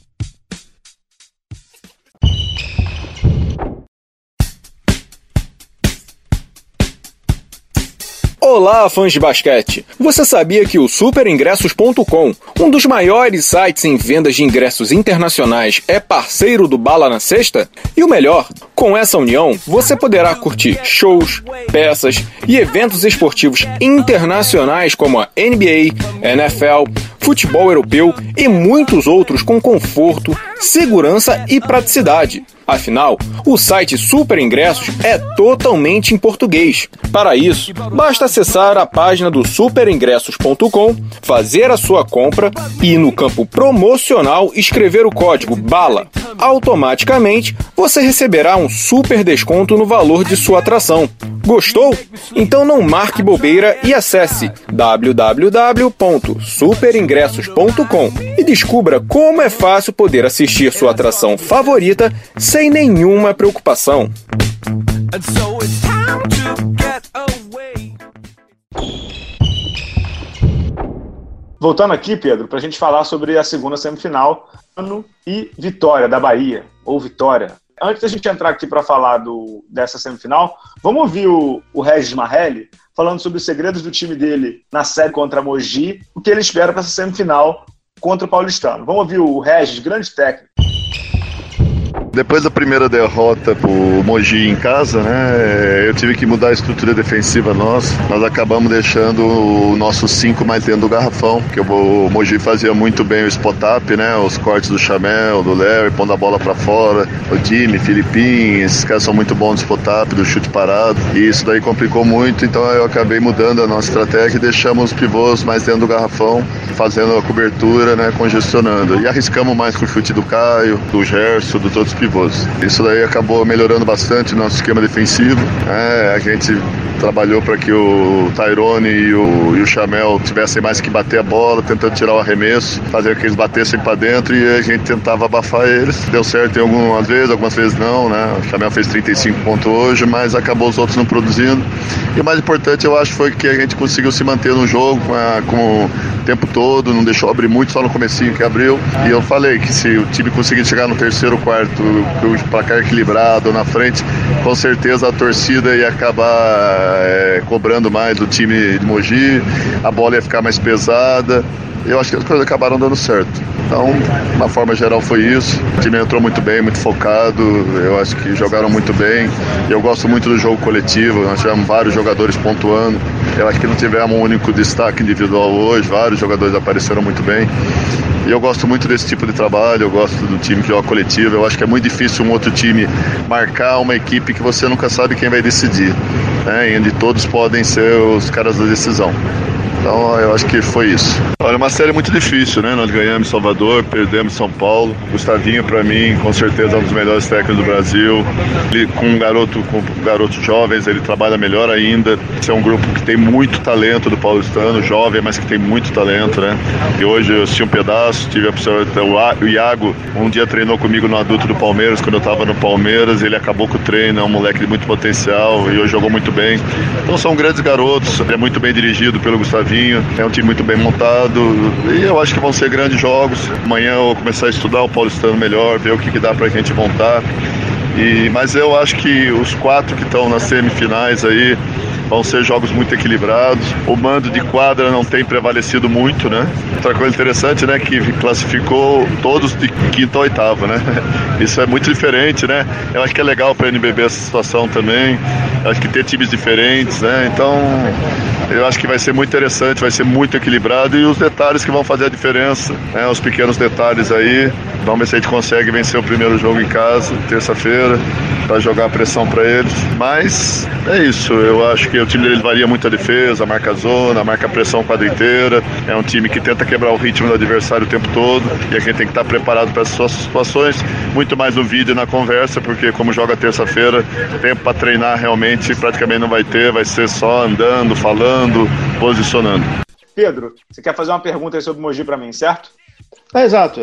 Olá, fãs de basquete! Você sabia que o superingressos.com, um dos maiores sites em vendas de ingressos internacionais, é parceiro do Bala na Sexta? E o melhor, com essa união, você poderá curtir shows, peças e eventos esportivos internacionais como a NBA, NFL, futebol europeu e muitos outros com conforto, segurança e praticidade. Afinal, o site Super Ingressos é totalmente em português. Para isso, basta acessar a página do superingressos.com, fazer a sua compra e, no campo promocional, escrever o código BALA. Automaticamente, você receberá um super desconto no valor de sua atração. Gostou? Então não marque bobeira e acesse www.superingressos.com e descubra como é fácil poder assistir sua atração favorita sem nenhuma preocupação. Voltando aqui, Pedro, para a gente falar sobre a segunda semifinal, Ano e Vitória da Bahia, ou Vitória. Antes da gente entrar aqui para falar dessa semifinal, vamos ouvir o Regis Marrelli falando sobre os segredos do time dele na série contra a Mogi, o que ele espera para essa semifinal contra o Paulistano. Vamos ouvir o Regis, grande técnico. Depois da primeira derrota pro Mogi em casa, né, eu tive que mudar a estrutura defensiva nossa. Nós acabamos deixando o nosso 5 mais dentro do garrafão, porque o Mogi fazia muito bem o spot-up, né, os cortes do Chamel, do Léo, pondo a bola pra fora, o Jimmy, Filipinho, esses caras são muito bons do spot-up, do chute parado, e isso daí complicou muito, então eu acabei mudando a nossa estratégia e deixamos os pivôs mais dentro do garrafão, fazendo a cobertura, né, congestionando. E arriscamos mais com o chute do Caio, do Gerson, do todos os pivôs. Isso daí acabou melhorando bastante o nosso esquema defensivo. A gente trabalhou para que o Tyrone e o Chamel tivessem mais que bater a bola, tentando tirar o arremesso, fazer com que eles batessem para dentro e a gente tentava abafar eles. Deu certo em algumas vezes não, né? O Chamel fez 35 pontos hoje, mas acabou os outros não produzindo. E o mais importante, eu acho, foi que a gente conseguiu se manter no jogo com o tempo todo, não deixou abrir muito, só no comecinho que abriu. E eu falei que se o time conseguir chegar no terceiro quarto, o placar equilibrado na frente, com certeza a torcida ia acabar cobrando mais do time de Mogi, a bola ia ficar mais pesada. Eu acho que as coisas acabaram dando certo. Então, de uma forma geral foi isso. O time entrou muito bem, muito focado. Eu acho que jogaram muito bem. Eu gosto muito do jogo coletivo. Nós tivemos vários jogadores pontuando. Eu acho que não tivemos um único destaque individual hoje. Vários jogadores apareceram muito bem. E eu gosto muito desse tipo de trabalho. Eu gosto do time que joga coletivo. Eu acho que é muito difícil um outro time marcar uma equipe que você nunca sabe quem vai decidir, né? E onde todos podem ser os caras da decisão. Então eu acho que foi isso. Olha, uma série muito difícil, né? Nós ganhamos em Salvador, perdemos em São Paulo. Gustavinho, para mim, com certeza é um dos melhores técnicos do Brasil. Ele, com garotos jovens, ele trabalha melhor ainda. Esse é um grupo que tem muito talento do paulistano, jovem, mas que tem muito talento, né? E hoje eu assisti um pedaço, tive a observação. O Iago um dia treinou comigo no adulto do Palmeiras, quando eu estava no Palmeiras. Ele acabou com o treino, é um moleque de muito potencial e hoje jogou muito bem. Então são grandes garotos, é muito bem dirigido pelo Gustavinho. É um time muito bem montado e eu acho que vão ser grandes jogos. Amanhã eu vou começar a estudar o paulistano melhor, ver o que dá pra gente montar. Mas eu acho que os 4 que estão nas semifinais aí vão ser jogos muito equilibrados. O mando de quadra não tem prevalecido muito, né? Outra coisa interessante, né, que classificou todos de quinta a oitava, né? Isso é muito diferente, né? Eu acho que é legal para a NBB essa situação também. Eu acho que ter times diferentes, né? Então, eu acho que vai ser muito interessante, vai ser muito equilibrado e os detalhes que vão fazer a diferença, né? Os pequenos detalhes aí. Vamos ver se a gente consegue vencer o primeiro jogo em casa, terça-feira. para jogar a pressão para eles. Mas é isso, eu acho que o time dele varia muito a defesa, marca a zona, marca a pressão a quadra inteira. É um time que tenta quebrar o ritmo do adversário o tempo todo e a gente tem que estar preparado para essas situações, muito mais no vídeo e na conversa, porque como joga terça-feira, tempo para treinar realmente praticamente não vai ter, vai ser só andando, falando, posicionando. Pedro, você quer fazer uma pergunta aí sobre o Mogi para mim, certo? Exato.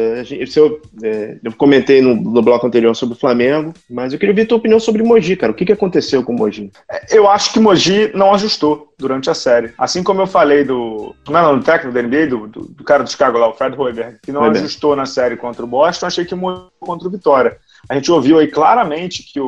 Eu comentei no bloco anterior sobre o Flamengo, mas eu queria ouvir a tua opinião sobre o Mogi, cara. O que aconteceu com o Mogi? Eu acho que o Mogi não ajustou durante a série. Assim como eu falei do técnico da NBA, do cara do Chicago lá, o Fred Hoiberg, que não ajustou na série contra o Boston, achei que o Mogi contra o Vitória. A gente ouviu aí claramente que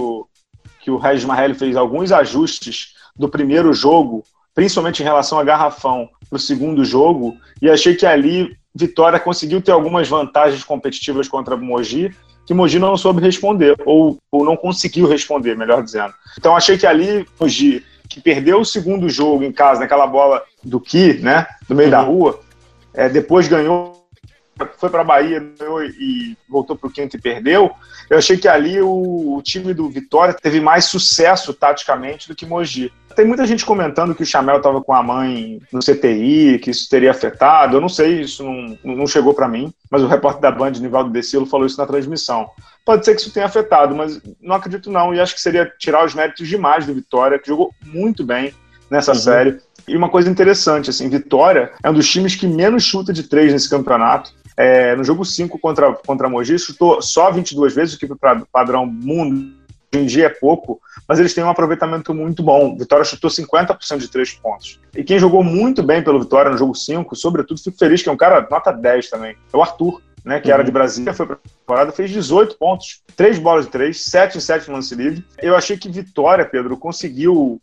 o Regis Marrelli fez alguns ajustes do primeiro jogo, principalmente em relação a garrafão, para o segundo jogo, e achei que ali Vitória conseguiu ter algumas vantagens competitivas contra o Mogi, que o Mogi não soube responder, ou não conseguiu responder, melhor dizendo. Então achei que ali o Mogi, que perdeu o segundo jogo em casa, naquela bola do Ki, né, do meio da rua, depois ganhou, foi para a Bahia e voltou para o quinto e perdeu. Eu achei que ali o time do Vitória teve mais sucesso taticamente do que Mogi. Tem muita gente comentando que o Chamel estava com a mãe no CTI, que isso teria afetado. Eu não sei, isso não chegou para mim, mas o repórter da Band, Nivaldo Becilo, falou isso na transmissão. Pode ser que isso tenha afetado, mas não acredito não, e acho que seria tirar os méritos demais do Vitória, que jogou muito bem nessa série. E uma coisa interessante, assim, Vitória é um dos times que menos chuta de 3 nesse campeonato. No jogo 5 contra Mogi, chutou só 22 vezes, o que para padrão mundo hoje em dia é pouco, mas eles têm um aproveitamento muito bom. Vitória chutou 50% de 3 pontos. E quem jogou muito bem pelo Vitória no jogo 5, sobretudo, fico feliz, que é um cara nota 10 também, é o Arthur, né, que era de Brasília, foi para a temporada, fez 18 pontos, 3 bolas de 3, 7 em 7 no lance livre. Eu achei que Vitória, Pedro, conseguiu,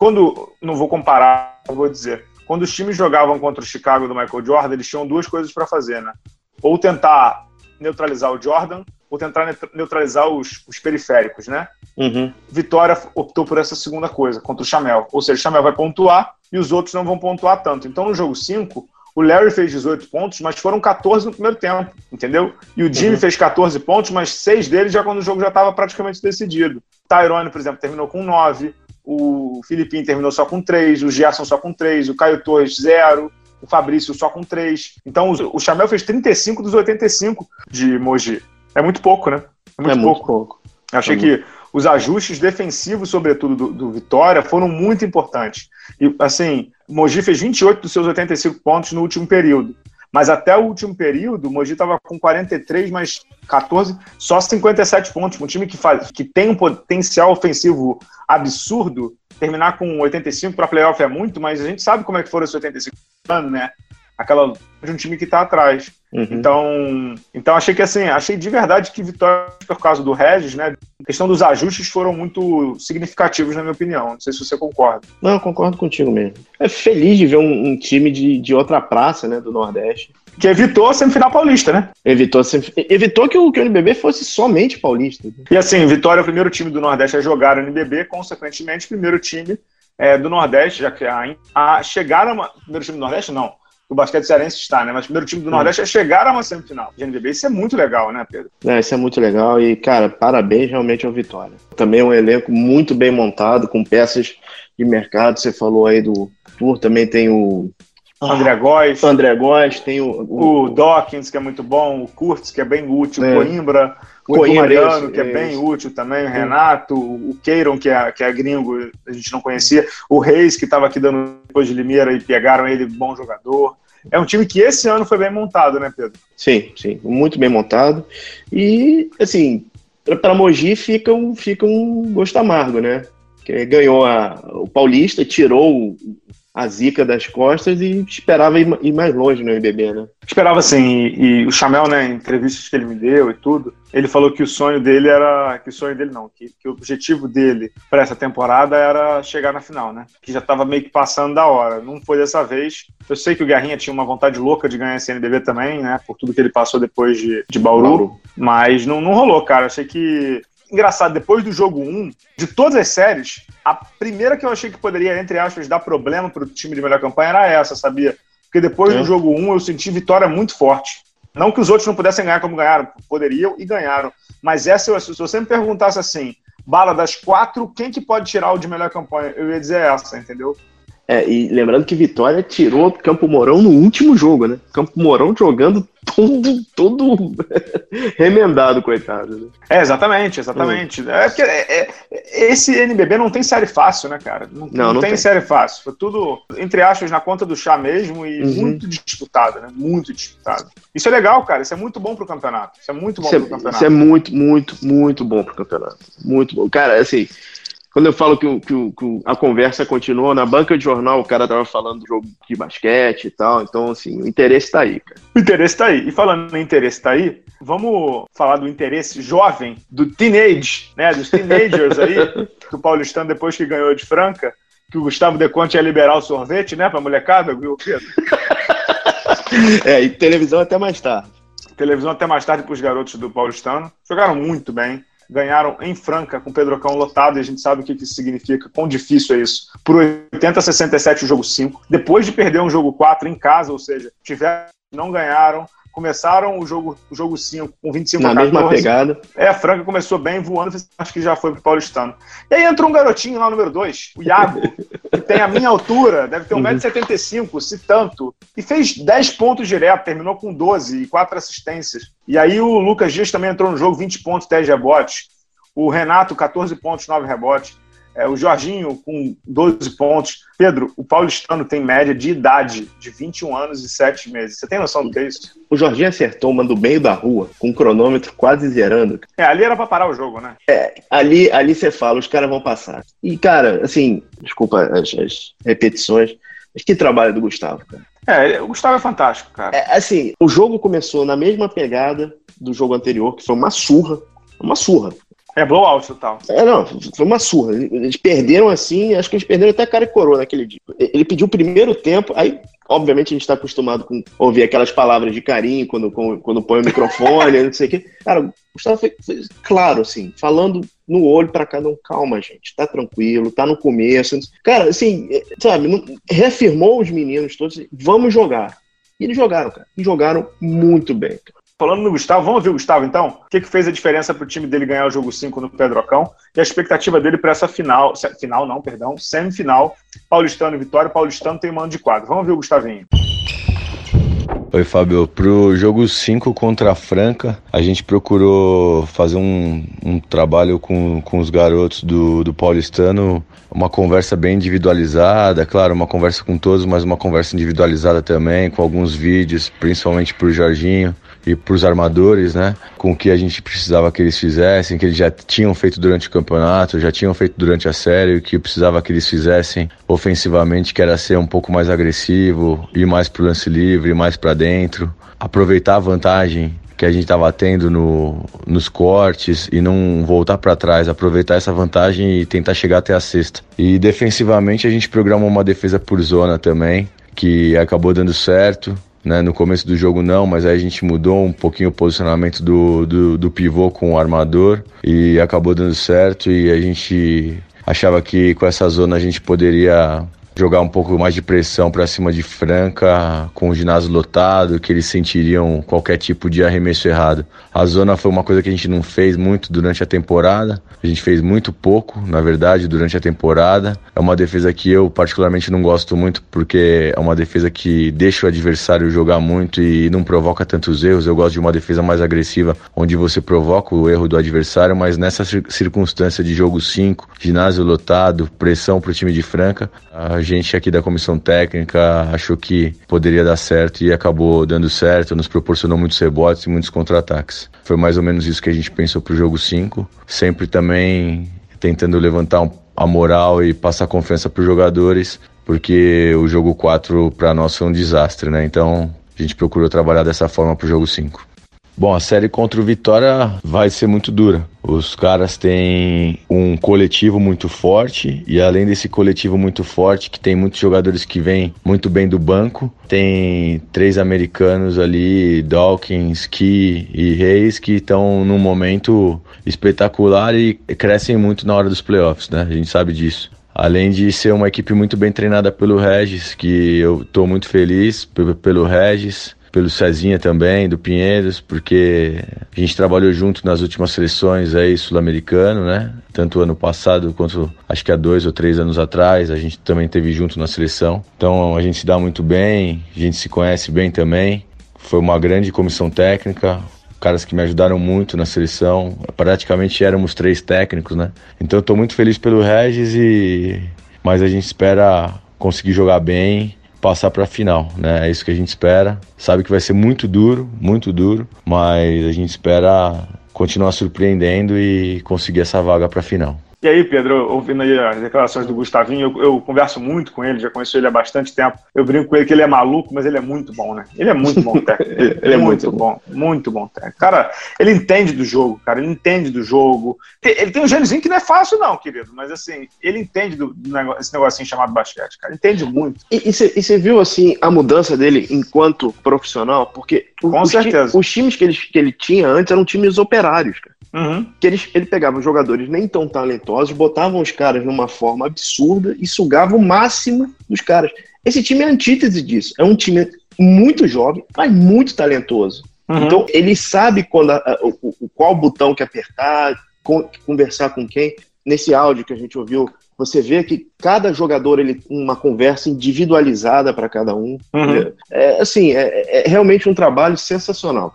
não vou comparar, eu vou dizer, quando os times jogavam contra o Chicago do Michael Jordan, eles tinham 2 coisas para fazer, né? Ou tentar neutralizar o Jordan, ou tentar neutralizar os periféricos, né? Vitória optou por essa segunda coisa, contra o Chamel. Ou seja, o Chamel vai pontuar e os outros não vão pontuar tanto. Então, no jogo 5, o Larry fez 18 pontos, mas foram 14 no primeiro tempo, entendeu? E o Jimmy fez 14 pontos, mas 6 deles já quando o jogo já estava praticamente decidido. O Tyrone, por exemplo, terminou com 9, o Filipinho terminou só com 3, o Gerson só com 3, o Caio Torres 0, o Fabrício só com 3. Então, o Chamel fez 35 dos 85 de Mogi. É muito pouco, né? É muito pouco. Eu achei que os ajustes defensivos, sobretudo, do Vitória, foram muito importantes. E, assim, Mogi fez 28 dos seus 85 pontos no último período. Mas até o último período, o Mogi estava com 43 mais 14, só 57 pontos. Um time que tem um potencial ofensivo absurdo, terminar com 85 para playoff é muito, mas a gente sabe como é que foram esses 85 anos, né? Aquela de um time que está atrás. Então achei que achei de verdade que Vitória, por causa do Regis, né? A questão dos ajustes foram muito significativos, na minha opinião. Não sei se você concorda. Não, eu concordo contigo mesmo. É feliz de ver um time de outra praça, né? Do Nordeste. Que evitou a semifinal paulista, né? Evitou que o NBB fosse somente paulista. E assim, Vitória é o primeiro time do Nordeste a jogar o NBB, consequentemente, primeiro time do Nordeste, já que chegar a primeiro time do Nordeste, não. O basquete cearense está, né? Mas o primeiro time do Nordeste é chegar a uma semifinal de NBB. Isso é muito legal, né, Pedro? Isso é muito legal e, cara, parabéns realmente ao Vitória. Também é um elenco muito bem montado, com peças de mercado. Você falou aí do Tour, também tem o André Góes, tem o Dawkins, que é muito bom, o Kurtz, que é bem útil, o Coimbra, o Mariano, que é bem útil também, o Renato, o Keiron, que é gringo, a gente não conhecia, o Reis, que estava aqui dando depois de Limeira e pegaram ele, bom jogador. É um time que esse ano foi bem montado, né, Pedro? Sim, muito bem montado. E, assim, para Mogi fica um gosto amargo, né? Que ganhou o Paulista, tirou a zica das costas e esperava ir mais longe no NBB, né? Esperava sim, e o Chamel, né, em entrevistas que ele me deu e tudo, ele falou que o sonho dele que o objetivo dele para essa temporada era chegar na final, né? Que já estava meio que passando da hora. Não foi dessa vez. Eu sei que o Guerrinha tinha uma vontade louca de ganhar esse NBB também, né? Por tudo que ele passou depois de Bauru. Mas não rolou, cara. Achei que... Engraçado, depois do jogo 1, de todas as séries, a primeira que eu achei que poderia, entre aspas, dar problema pro time de melhor campanha era essa, sabia? Porque depois do jogo 1 eu senti Vitória muito forte. Não que os outros não pudessem ganhar como ganharam, poderiam e ganharam. Mas essa, se você me perguntasse assim, Bala, das 4, quem que pode tirar o de melhor campanha? Eu ia dizer essa, entendeu? E lembrando que Vitória tirou Campo Mourão no último jogo, né? Campo Mourão jogando todo remendado, coitado. Né? Exatamente. Esse NBB não tem série fácil, né, cara? Não tem série fácil. Foi tudo, entre aspas, na conta do chá mesmo e muito disputado, né? Muito disputado. Isso é legal, cara. Isso é muito bom pro campeonato. Isso é muito bom pro campeonato. Muito bom. Cara, assim... Quando eu falo que a conversa continuou, na banca de jornal o cara tava falando do jogo de basquete e tal, então assim, o interesse tá aí, cara. O interesse tá aí. E falando em interesse tá aí, vamos falar do interesse jovem, do teenage, né, dos teenagers aí, que o Paulistano, depois que ganhou de Franca, que o Gustavo De Conte ia liberar o sorvete, né, pra molecada, viu, Pedro? E televisão até mais tarde. Televisão até mais tarde pros garotos do Paulistano. Jogaram muito bem. Ganharam em Franca com o Pedrocão lotado, e a gente sabe o que isso significa, quão difícil é isso. Por 80-67 o jogo 5, depois de perder um jogo 4 em casa, ou seja, não ganharam, começaram o jogo 5 com 25 na 14. Mesma pegada. A Franca começou bem, voando, acho que já foi pro Paulistano. E aí entrou um garotinho lá, número 2, o Iago, que tem a minha altura, deve ter 1,75 m, se tanto, e fez 10 pontos direto, terminou com 12 e 4 assistências. E aí o Lucas Dias também entrou no jogo, 20 pontos, 10 rebotes. O Renato, 14 pontos, 9 rebotes. O Jorginho com 12 pontos. Pedro, o Paulistano tem média de idade de 21 anos e 7 meses. Você tem noção do que é isso? O Jorginho acertou uma do meio da rua, com o cronômetro quase zerando. Ali era pra parar o jogo, né? Ali você fala, os caras vão passar. E, cara, assim, desculpa as repetições, mas que trabalho do Gustavo, cara. O Gustavo é fantástico, cara. Assim, o jogo começou na mesma pegada do jogo anterior, que foi uma surra. Blowout total. Foi uma surra. Eles perderam assim, acho que eles perderam até cara e coroa naquele dia. Ele pediu o primeiro tempo, aí, obviamente, a gente tá acostumado com ouvir aquelas palavras de carinho quando põe o microfone, não sei o quê. Cara, o Gustavo foi claro, assim, falando no olho pra cada um, calma, gente, tá tranquilo, tá no começo. Cara, assim, sabe, reafirmou os meninos todos, vamos jogar. E eles jogaram, cara. E jogaram muito bem, cara. Falando no Gustavo, vamos ver o Gustavo então? O que fez a diferença para o time dele ganhar o jogo 5 no Pedrocão e a expectativa dele para essa semifinal, Paulistano e Vitória. Paulistano tem mando de quadro. Vamos ver o Gustavinho. Oi, Fábio. Pro jogo 5 contra a Franca, a gente procurou fazer um trabalho com os garotos do Paulistano, uma conversa bem individualizada, claro, uma conversa com todos, mas uma conversa individualizada também, com alguns vídeos, principalmente pro Jorginho e para os armadores, né, com o que a gente precisava que eles fizessem, que eles já tinham feito durante o campeonato, já tinham feito durante a série, o que eu precisava que eles fizessem ofensivamente, que era ser um pouco mais agressivo, ir mais pro lance livre, ir mais para dentro, aproveitar a vantagem que a gente estava tendo nos cortes e não voltar para trás, aproveitar essa vantagem e tentar chegar até a cesta. E defensivamente a gente programou uma defesa por zona também, que acabou dando certo. Né, no começo do jogo não, mas aí a gente mudou um pouquinho o posicionamento do pivô com o armador e acabou dando certo, e a gente achava que com essa zona a gente poderia jogar um pouco mais de pressão para cima de Franca, com o ginásio lotado, que eles sentiriam qualquer tipo de arremesso errado. A zona foi uma coisa que a gente não fez muito durante a temporada, a gente fez muito pouco, na verdade, durante a temporada. É uma defesa que eu particularmente não gosto muito, porque é uma defesa que deixa o adversário jogar muito e não provoca tantos erros. Eu gosto de uma defesa mais agressiva, onde você provoca o erro do adversário, mas nessa circunstância de jogo 5, ginásio lotado, pressão para o time de Franca, a gente aqui da comissão técnica achou que poderia dar certo e acabou dando certo, nos proporcionou muitos rebotes e muitos contra-ataques. Foi mais ou menos isso que a gente pensou para o jogo 5, sempre também tentando levantar a moral e passar confiança para os jogadores, porque o jogo 4 para nós foi um desastre, né? Então a gente procurou trabalhar dessa forma para o jogo 5. Bom, a série contra o Vitória vai ser muito dura. Os caras têm um coletivo muito forte e além desse coletivo muito forte, que tem muitos jogadores que vêm muito bem do banco, tem 3 americanos ali, Dawkins, Key e Reis, que estão num momento espetacular e crescem muito na hora dos playoffs, né? A gente sabe disso. Além de ser uma equipe muito bem treinada pelo Regis, que eu estou muito feliz pelo Regis. pelo Cezinha também, do Pinheiros, porque a gente trabalhou junto nas últimas seleções aí sul-americano, né? Tanto ano passado quanto acho que há 2 ou 3 anos atrás, a gente também esteve junto na seleção. Então a gente se dá muito bem, a gente se conhece bem também. Foi uma grande comissão técnica, caras que me ajudaram muito na seleção. Praticamente éramos 3 técnicos, né? Então eu tô muito feliz pelo Regis, mas a gente espera conseguir jogar bem, passar para a final, né? É isso que a gente espera. Sabe que vai ser muito duro, mas a gente espera continuar surpreendendo e conseguir essa vaga para a final. E aí, Pedro, ouvindo aí as declarações do Gustavinho, eu converso muito com ele, já conheço ele há bastante tempo. Eu brinco com ele que ele é maluco, mas ele é muito bom, né? Ele é muito bom técnico. Ele é muito bom técnico. Cara, ele entende do jogo, Ele tem um gêniozinho que não é fácil não, querido, mas assim, ele entende esse negocinho chamado basquete, cara. Entende muito. E você viu, assim, a mudança dele enquanto profissional? Porque os times que ele tinha antes eram times operários, cara. Uhum. Que ele pegava jogadores nem tão talentosos, botavam os caras numa forma absurda e sugava o máximo dos caras. Esse time é a antítese disso. É um time muito jovem, mas muito talentoso. Uhum. Então, ele sabe qual botão que apertar, conversar com quem. Nesse áudio que a gente ouviu, você vê que cada jogador ele tem uma conversa individualizada para cada um. Uhum. É realmente um trabalho sensacional.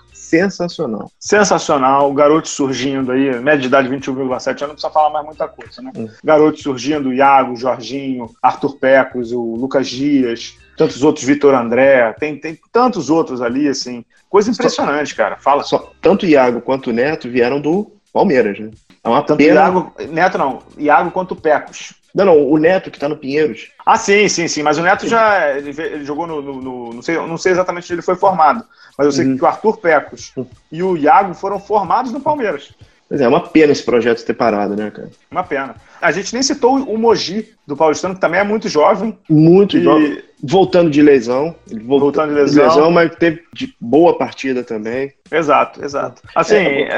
Sensacional. O garoto surgindo aí, média de idade 21,7 anos, não precisa falar mais muita coisa, né? Garoto surgindo, Iago, Jorginho, Arthur Pecos, o Lucas Dias, tantos outros, Vitor André, tem tantos outros ali, assim, coisa impressionante, cara. Fala. Tanto o Iago quanto o Neto vieram do Palmeiras, né? É uma tanto pena... Iago quanto o Pecos. Não, o Neto que tá no Pinheiros. Ah, sim, mas o Neto ele jogou não sei exatamente onde ele foi formado, mas eu sei que o Arthur Pecos e o Iago foram formados no Palmeiras. Mas é uma pena esse projeto ter parado, né, cara? Uma pena. A gente nem citou o Mogi do Paulistano, que também é muito jovem. Jovem. Voltando de lesão. Voltando de lesão, mas teve de boa partida também. Exato. Assim,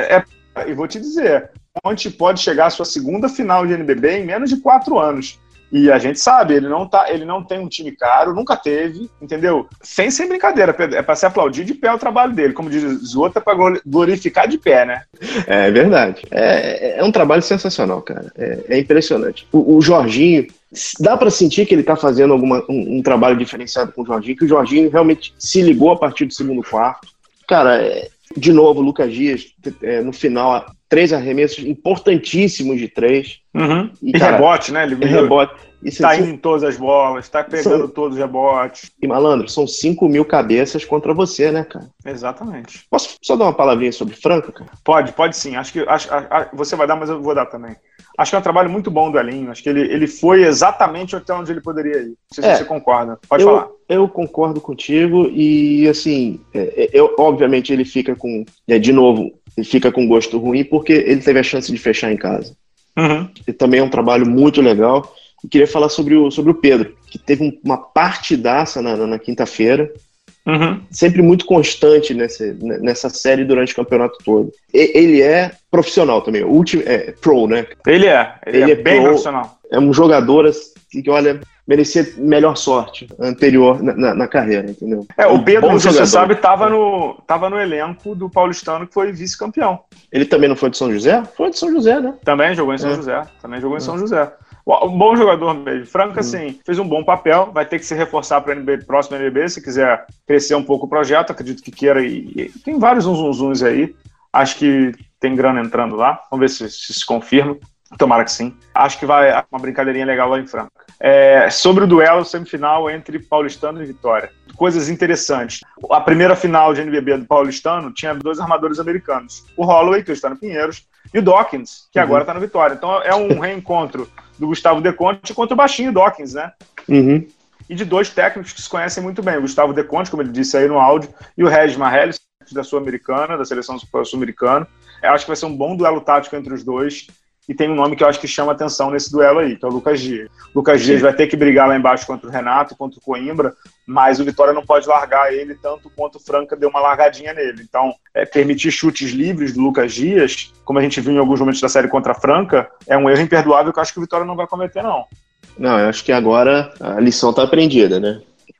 e vou te dizer, Ponte pode chegar à sua segunda final de NBB em menos de 4 anos. E a gente sabe, ele não tem um time caro, nunca teve, entendeu? Sem brincadeira, Pedro, é para se aplaudir de pé o trabalho dele. Como diz o outro, é para glorificar de pé, né? É verdade. É um trabalho sensacional, cara. É impressionante. O Jorginho, dá para sentir que ele tá fazendo um trabalho diferenciado com o Jorginho, que o Jorginho realmente se ligou a partir do segundo quarto. Cara, de novo, o Lucas Dias, no final, 3 arremessos importantíssimos de 3. Uhum. E cara, rebote, né? Ele rebote. Está indo em todas as bolas, está pegando todos os rebotes. E, malandro, são 5.000 cabeças contra você, né, cara? Exatamente. Posso só dar uma palavrinha sobre Franca, cara? Pode sim. Acho que você vai dar, mas eu vou dar também. Acho que é um trabalho muito bom do Elinho. Acho que ele foi exatamente até onde ele poderia ir. Não sei se você concorda. Pode falar. Eu concordo contigo e, assim, obviamente ele fica com... de novo, ele fica com gosto ruim porque ele teve a chance de fechar em casa. Uhum. E também é um trabalho muito legal. E queria falar sobre o Pedro, que teve uma partidaça na quinta-feira. Uhum. Sempre muito constante nessa série durante o campeonato todo. Ele é profissional também, pro, né? Ele é bem pro, profissional. É um jogador que, olha, merecia melhor sorte anterior na carreira, entendeu? O Pedro, você sabe, estava no elenco do Paulistano, que foi vice-campeão. Ele também não foi de São José? Foi de São José, né? Também jogou em São José. São José. Um bom jogador mesmo. Franca, assim, fez um bom papel, vai ter que se reforçar para o próximo NBB, se quiser crescer um pouco o projeto, acredito que queira, e tem vários zunzuns aí, acho que tem grana entrando lá, vamos ver se confirma, tomara que sim. Acho que vai uma brincadeirinha legal lá em Franca. Sobre o duelo semifinal entre Paulistano e Vitória. Coisas interessantes. A primeira final de NBB do Paulistano tinha 2 armadores americanos. O Holloway, que está no Pinheiros, e o Dawkins, que agora está no Vitória. Então é um reencontro do Gustavo Deconte contra o baixinho Dawkins, né? Uhum. E de 2 técnicos que se conhecem muito bem. O Gustavo Deconte, como ele disse aí no áudio, e o Regis Marrelli, da Sul-Americana, da seleção sul-americana. Eu acho que vai ser um bom duelo tático entre os dois. E tem um nome que eu acho que chama atenção nesse duelo aí, que é o Lucas Dias. Lucas Dias vai ter que brigar lá embaixo contra o Renato, contra o Coimbra, mas o Vitória não pode largar ele tanto quanto o Franca deu uma largadinha nele. Então, permitir chutes livres do Lucas Dias, como a gente viu em alguns momentos da série contra a Franca, é um erro imperdoável que eu acho que o Vitória não vai cometer, não. Não, eu acho que agora a lição está aprendida, né?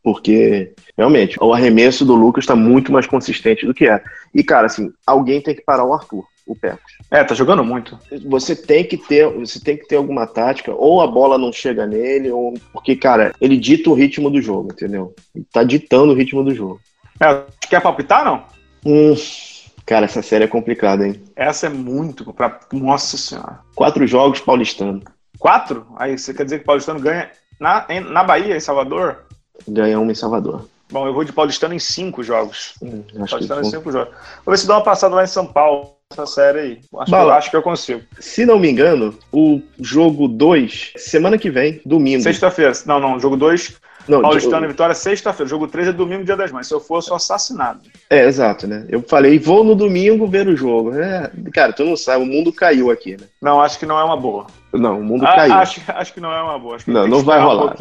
porque realmente o arremesso do Lucas está muito mais consistente do que era. E, cara, assim, alguém tem que parar o Arthur, o Pecos. Tá jogando muito. Você tem que ter alguma tática, ou a bola não chega nele, ou porque, cara, ele dita o ritmo do jogo, entendeu? Ele tá ditando o ritmo do jogo. Quer palpitar, não? Cara, essa série é complicada, hein? Essa é muito... Nossa Senhora. 4 jogos, Paulistano. 4? Aí você quer dizer que o Paulistano ganha na Bahia, em Salvador? Ganha uma em Salvador. Bom, eu vou de Paulistano em 5 jogos. Paulistano em 5 jogos. Vou ver se dá uma passada lá em São Paulo, essa série aí. Acho que eu consigo. Se não me engano, o jogo 2, semana que vem, domingo. Sexta-feira. Não, jogo 2... Não, Paulistano e Vitória, sexta-feira. Jogo 3 é domingo, Dia das Mães. Se eu for, eu sou assassinado. Exato, né? Eu falei, vou no domingo ver o jogo. Cara, tu não sabe, o mundo caiu aqui, né? Não, acho que não é uma boa. Não, o mundo caiu. Acho que não é uma boa. Acho que não vai rolar.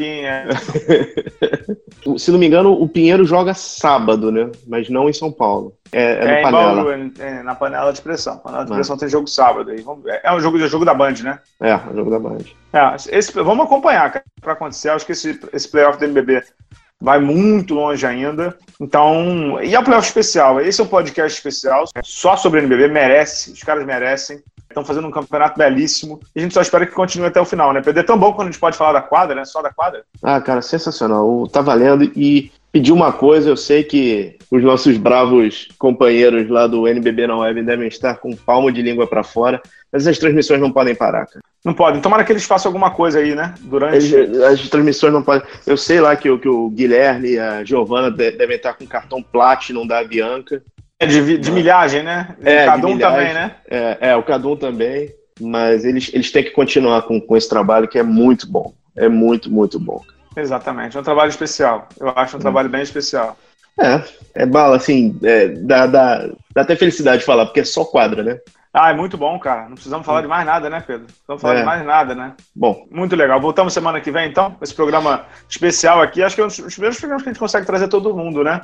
Se não me engano, o Pinheiro joga sábado, né? Mas não em São Paulo. É no Panela. Bauru, na Panela de Pressão. Panela de Pressão tem jogo sábado aí. É um jogo da Band, né? É o jogo da Band. Vamos acompanhar, cara, pra acontecer. Acho que esse playoff do NBB vai muito longe ainda. Então, e é um playoff especial. Esse é um podcast especial, só sobre NBB. Os caras merecem. Estão fazendo um campeonato belíssimo. E a gente só espera que continue até o final, né? Pedro, é tão bom quando a gente pode falar da quadra, né? Só da quadra. Cara, sensacional. Tá valendo. E pedir uma coisa, eu sei que os nossos bravos companheiros lá do NBB na Web devem estar com palmo de língua pra fora, mas as transmissões não podem parar, cara. Não podem. Tomara que eles façam alguma coisa aí, né? Durante... As transmissões não podem... Eu sei lá que o Guilherme e a Giovana devem estar com cartão Platinum da Avianca. De milhagem, né? O Cadum também, né? O Cadum também. Mas eles têm que continuar com esse trabalho que é muito bom. É muito, muito bom. Exatamente. É um trabalho especial. Eu acho um trabalho bem especial. É bala, assim, dá até felicidade de falar, porque é só quadra, né? É muito bom, cara. Não precisamos falar de mais nada, né, Pedro? Não precisamos falar de mais nada, né? Bom. Muito legal. Voltamos semana que vem, então, esse programa especial aqui. Acho que é um dos primeiros programas que a gente consegue trazer todo mundo, né?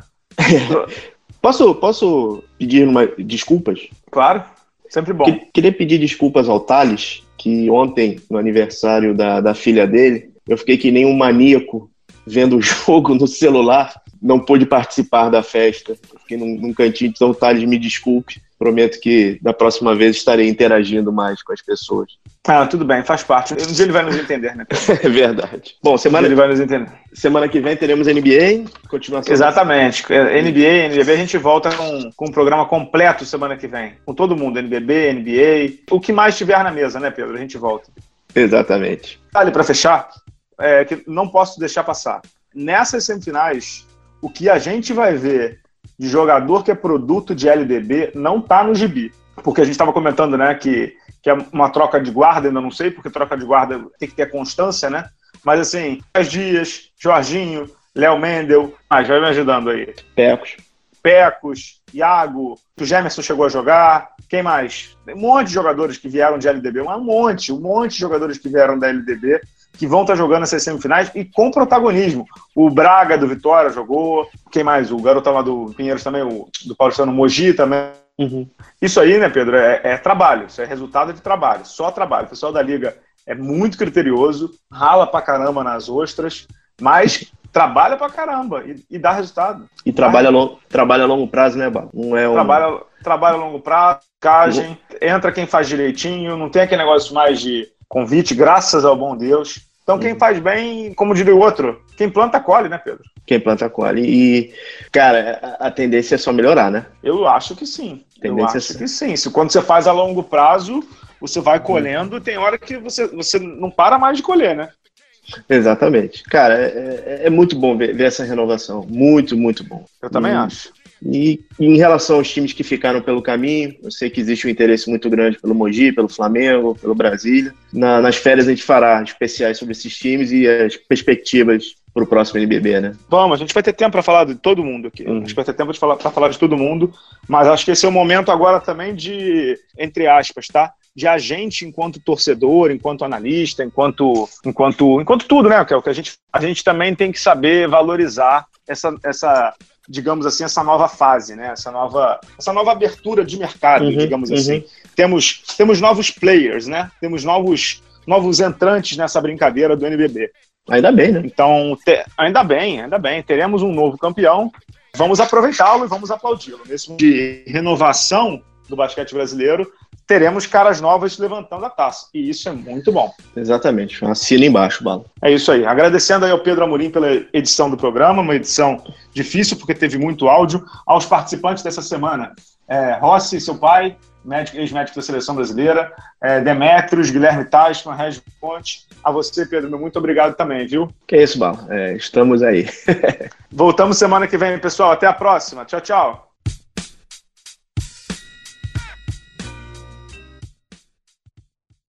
Posso pedir desculpas? Claro, sempre bom. Queria pedir desculpas ao Thales, que ontem, no aniversário da filha dele, eu fiquei que nem um maníaco vendo o jogo no celular, não pude participar da festa. Eu fiquei num cantinho, então, Thales, me desculpe. Prometo que da próxima vez estarei interagindo mais com as pessoas. Tudo bem, faz parte. Um dia ele vai nos entender, né? É verdade. Bom, ele vai nos entender. Semana que vem teremos NBA, continuação. Exatamente. NBA, NBB, a gente volta com um programa completo semana que vem. Com todo mundo, NBB, NBA, o que mais tiver na mesa, né, Pedro? A gente volta. Exatamente. Ali para fechar, que não posso deixar passar. Nessas semifinais, o que a gente vai ver de jogador que é produto de LDB não tá no gibi. Porque a gente estava comentando, né, que é uma troca de guarda, ainda não sei, porque troca de guarda tem que ter constância, né? Mas assim, Dias, Jorginho, Léo Mendel, vai me ajudando aí. Pecos, Iago, o Gemerson chegou a jogar, quem mais? Tem um monte de jogadores que vieram de LDB, um monte de jogadores que vieram da LDB, que vão estar jogando essas semifinais e com protagonismo. O Braga do Vitória jogou, quem mais? O garoto lá do Pinheiros também, do Paulistano Mogi também. Uhum. Isso aí, né, Pedro, é trabalho, isso é resultado de trabalho, só trabalho. O pessoal da Liga é muito criterioso, rala pra caramba nas ostras, mas trabalha pra caramba e dá resultado. E trabalha a longo prazo, né, Bá? Não é Trabalha a longo prazo, cagem, entra quem faz direitinho, não tem aquele negócio mais de convite, graças ao bom Deus. Então quem faz bem, como diria o outro, quem planta colhe, né, Pedro? Quem planta colhe. E, cara, a tendência é só melhorar, né? Eu acho que sim. Que sim. Quando você faz a longo prazo, você vai colhendo, tem hora que você não para mais de colher, né? Exatamente. Cara, é muito bom ver essa renovação. Muito, muito bom. Eu também acho. E em relação aos times que ficaram pelo caminho, eu sei que existe um interesse muito grande pelo Mogi, pelo Flamengo, pelo Brasília. Nas férias a gente fará especiais sobre esses times e as perspectivas para o próximo NBB, né? Vamos, a gente vai ter tempo para falar de todo mundo aqui. A gente vai ter tempo para falar de todo mundo, mas acho que esse é o momento agora também de, entre aspas, tá? De a gente, enquanto torcedor, enquanto analista, enquanto tudo, né? Que é o que a gente também tem que saber valorizar essa digamos assim, essa nova fase, né? Essa nova abertura de mercado, digamos assim. Temos novos players, né? Temos novos entrantes nessa brincadeira do NBB. Ainda bem, né? Então, ainda bem. Teremos um novo campeão. Vamos aproveitá-lo e vamos aplaudi-lo. Nesse momento de renovação do basquete brasileiro, teremos caras novas levantando a taça. E isso é muito bom. Exatamente. Assina embaixo, Bala. É isso aí. Agradecendo aí ao Pedro Amorim pela edição do programa, uma edição difícil porque teve muito áudio. Aos participantes dessa semana, Rossi, seu pai, ex-médico da Seleção Brasileira, Demetrios, Guilherme Tashman, Regis Ponte. A você, Pedro, meu muito obrigado também, viu? Que isso, Bala. Estamos aí. Voltamos semana que vem, pessoal. Até a próxima. Tchau, tchau.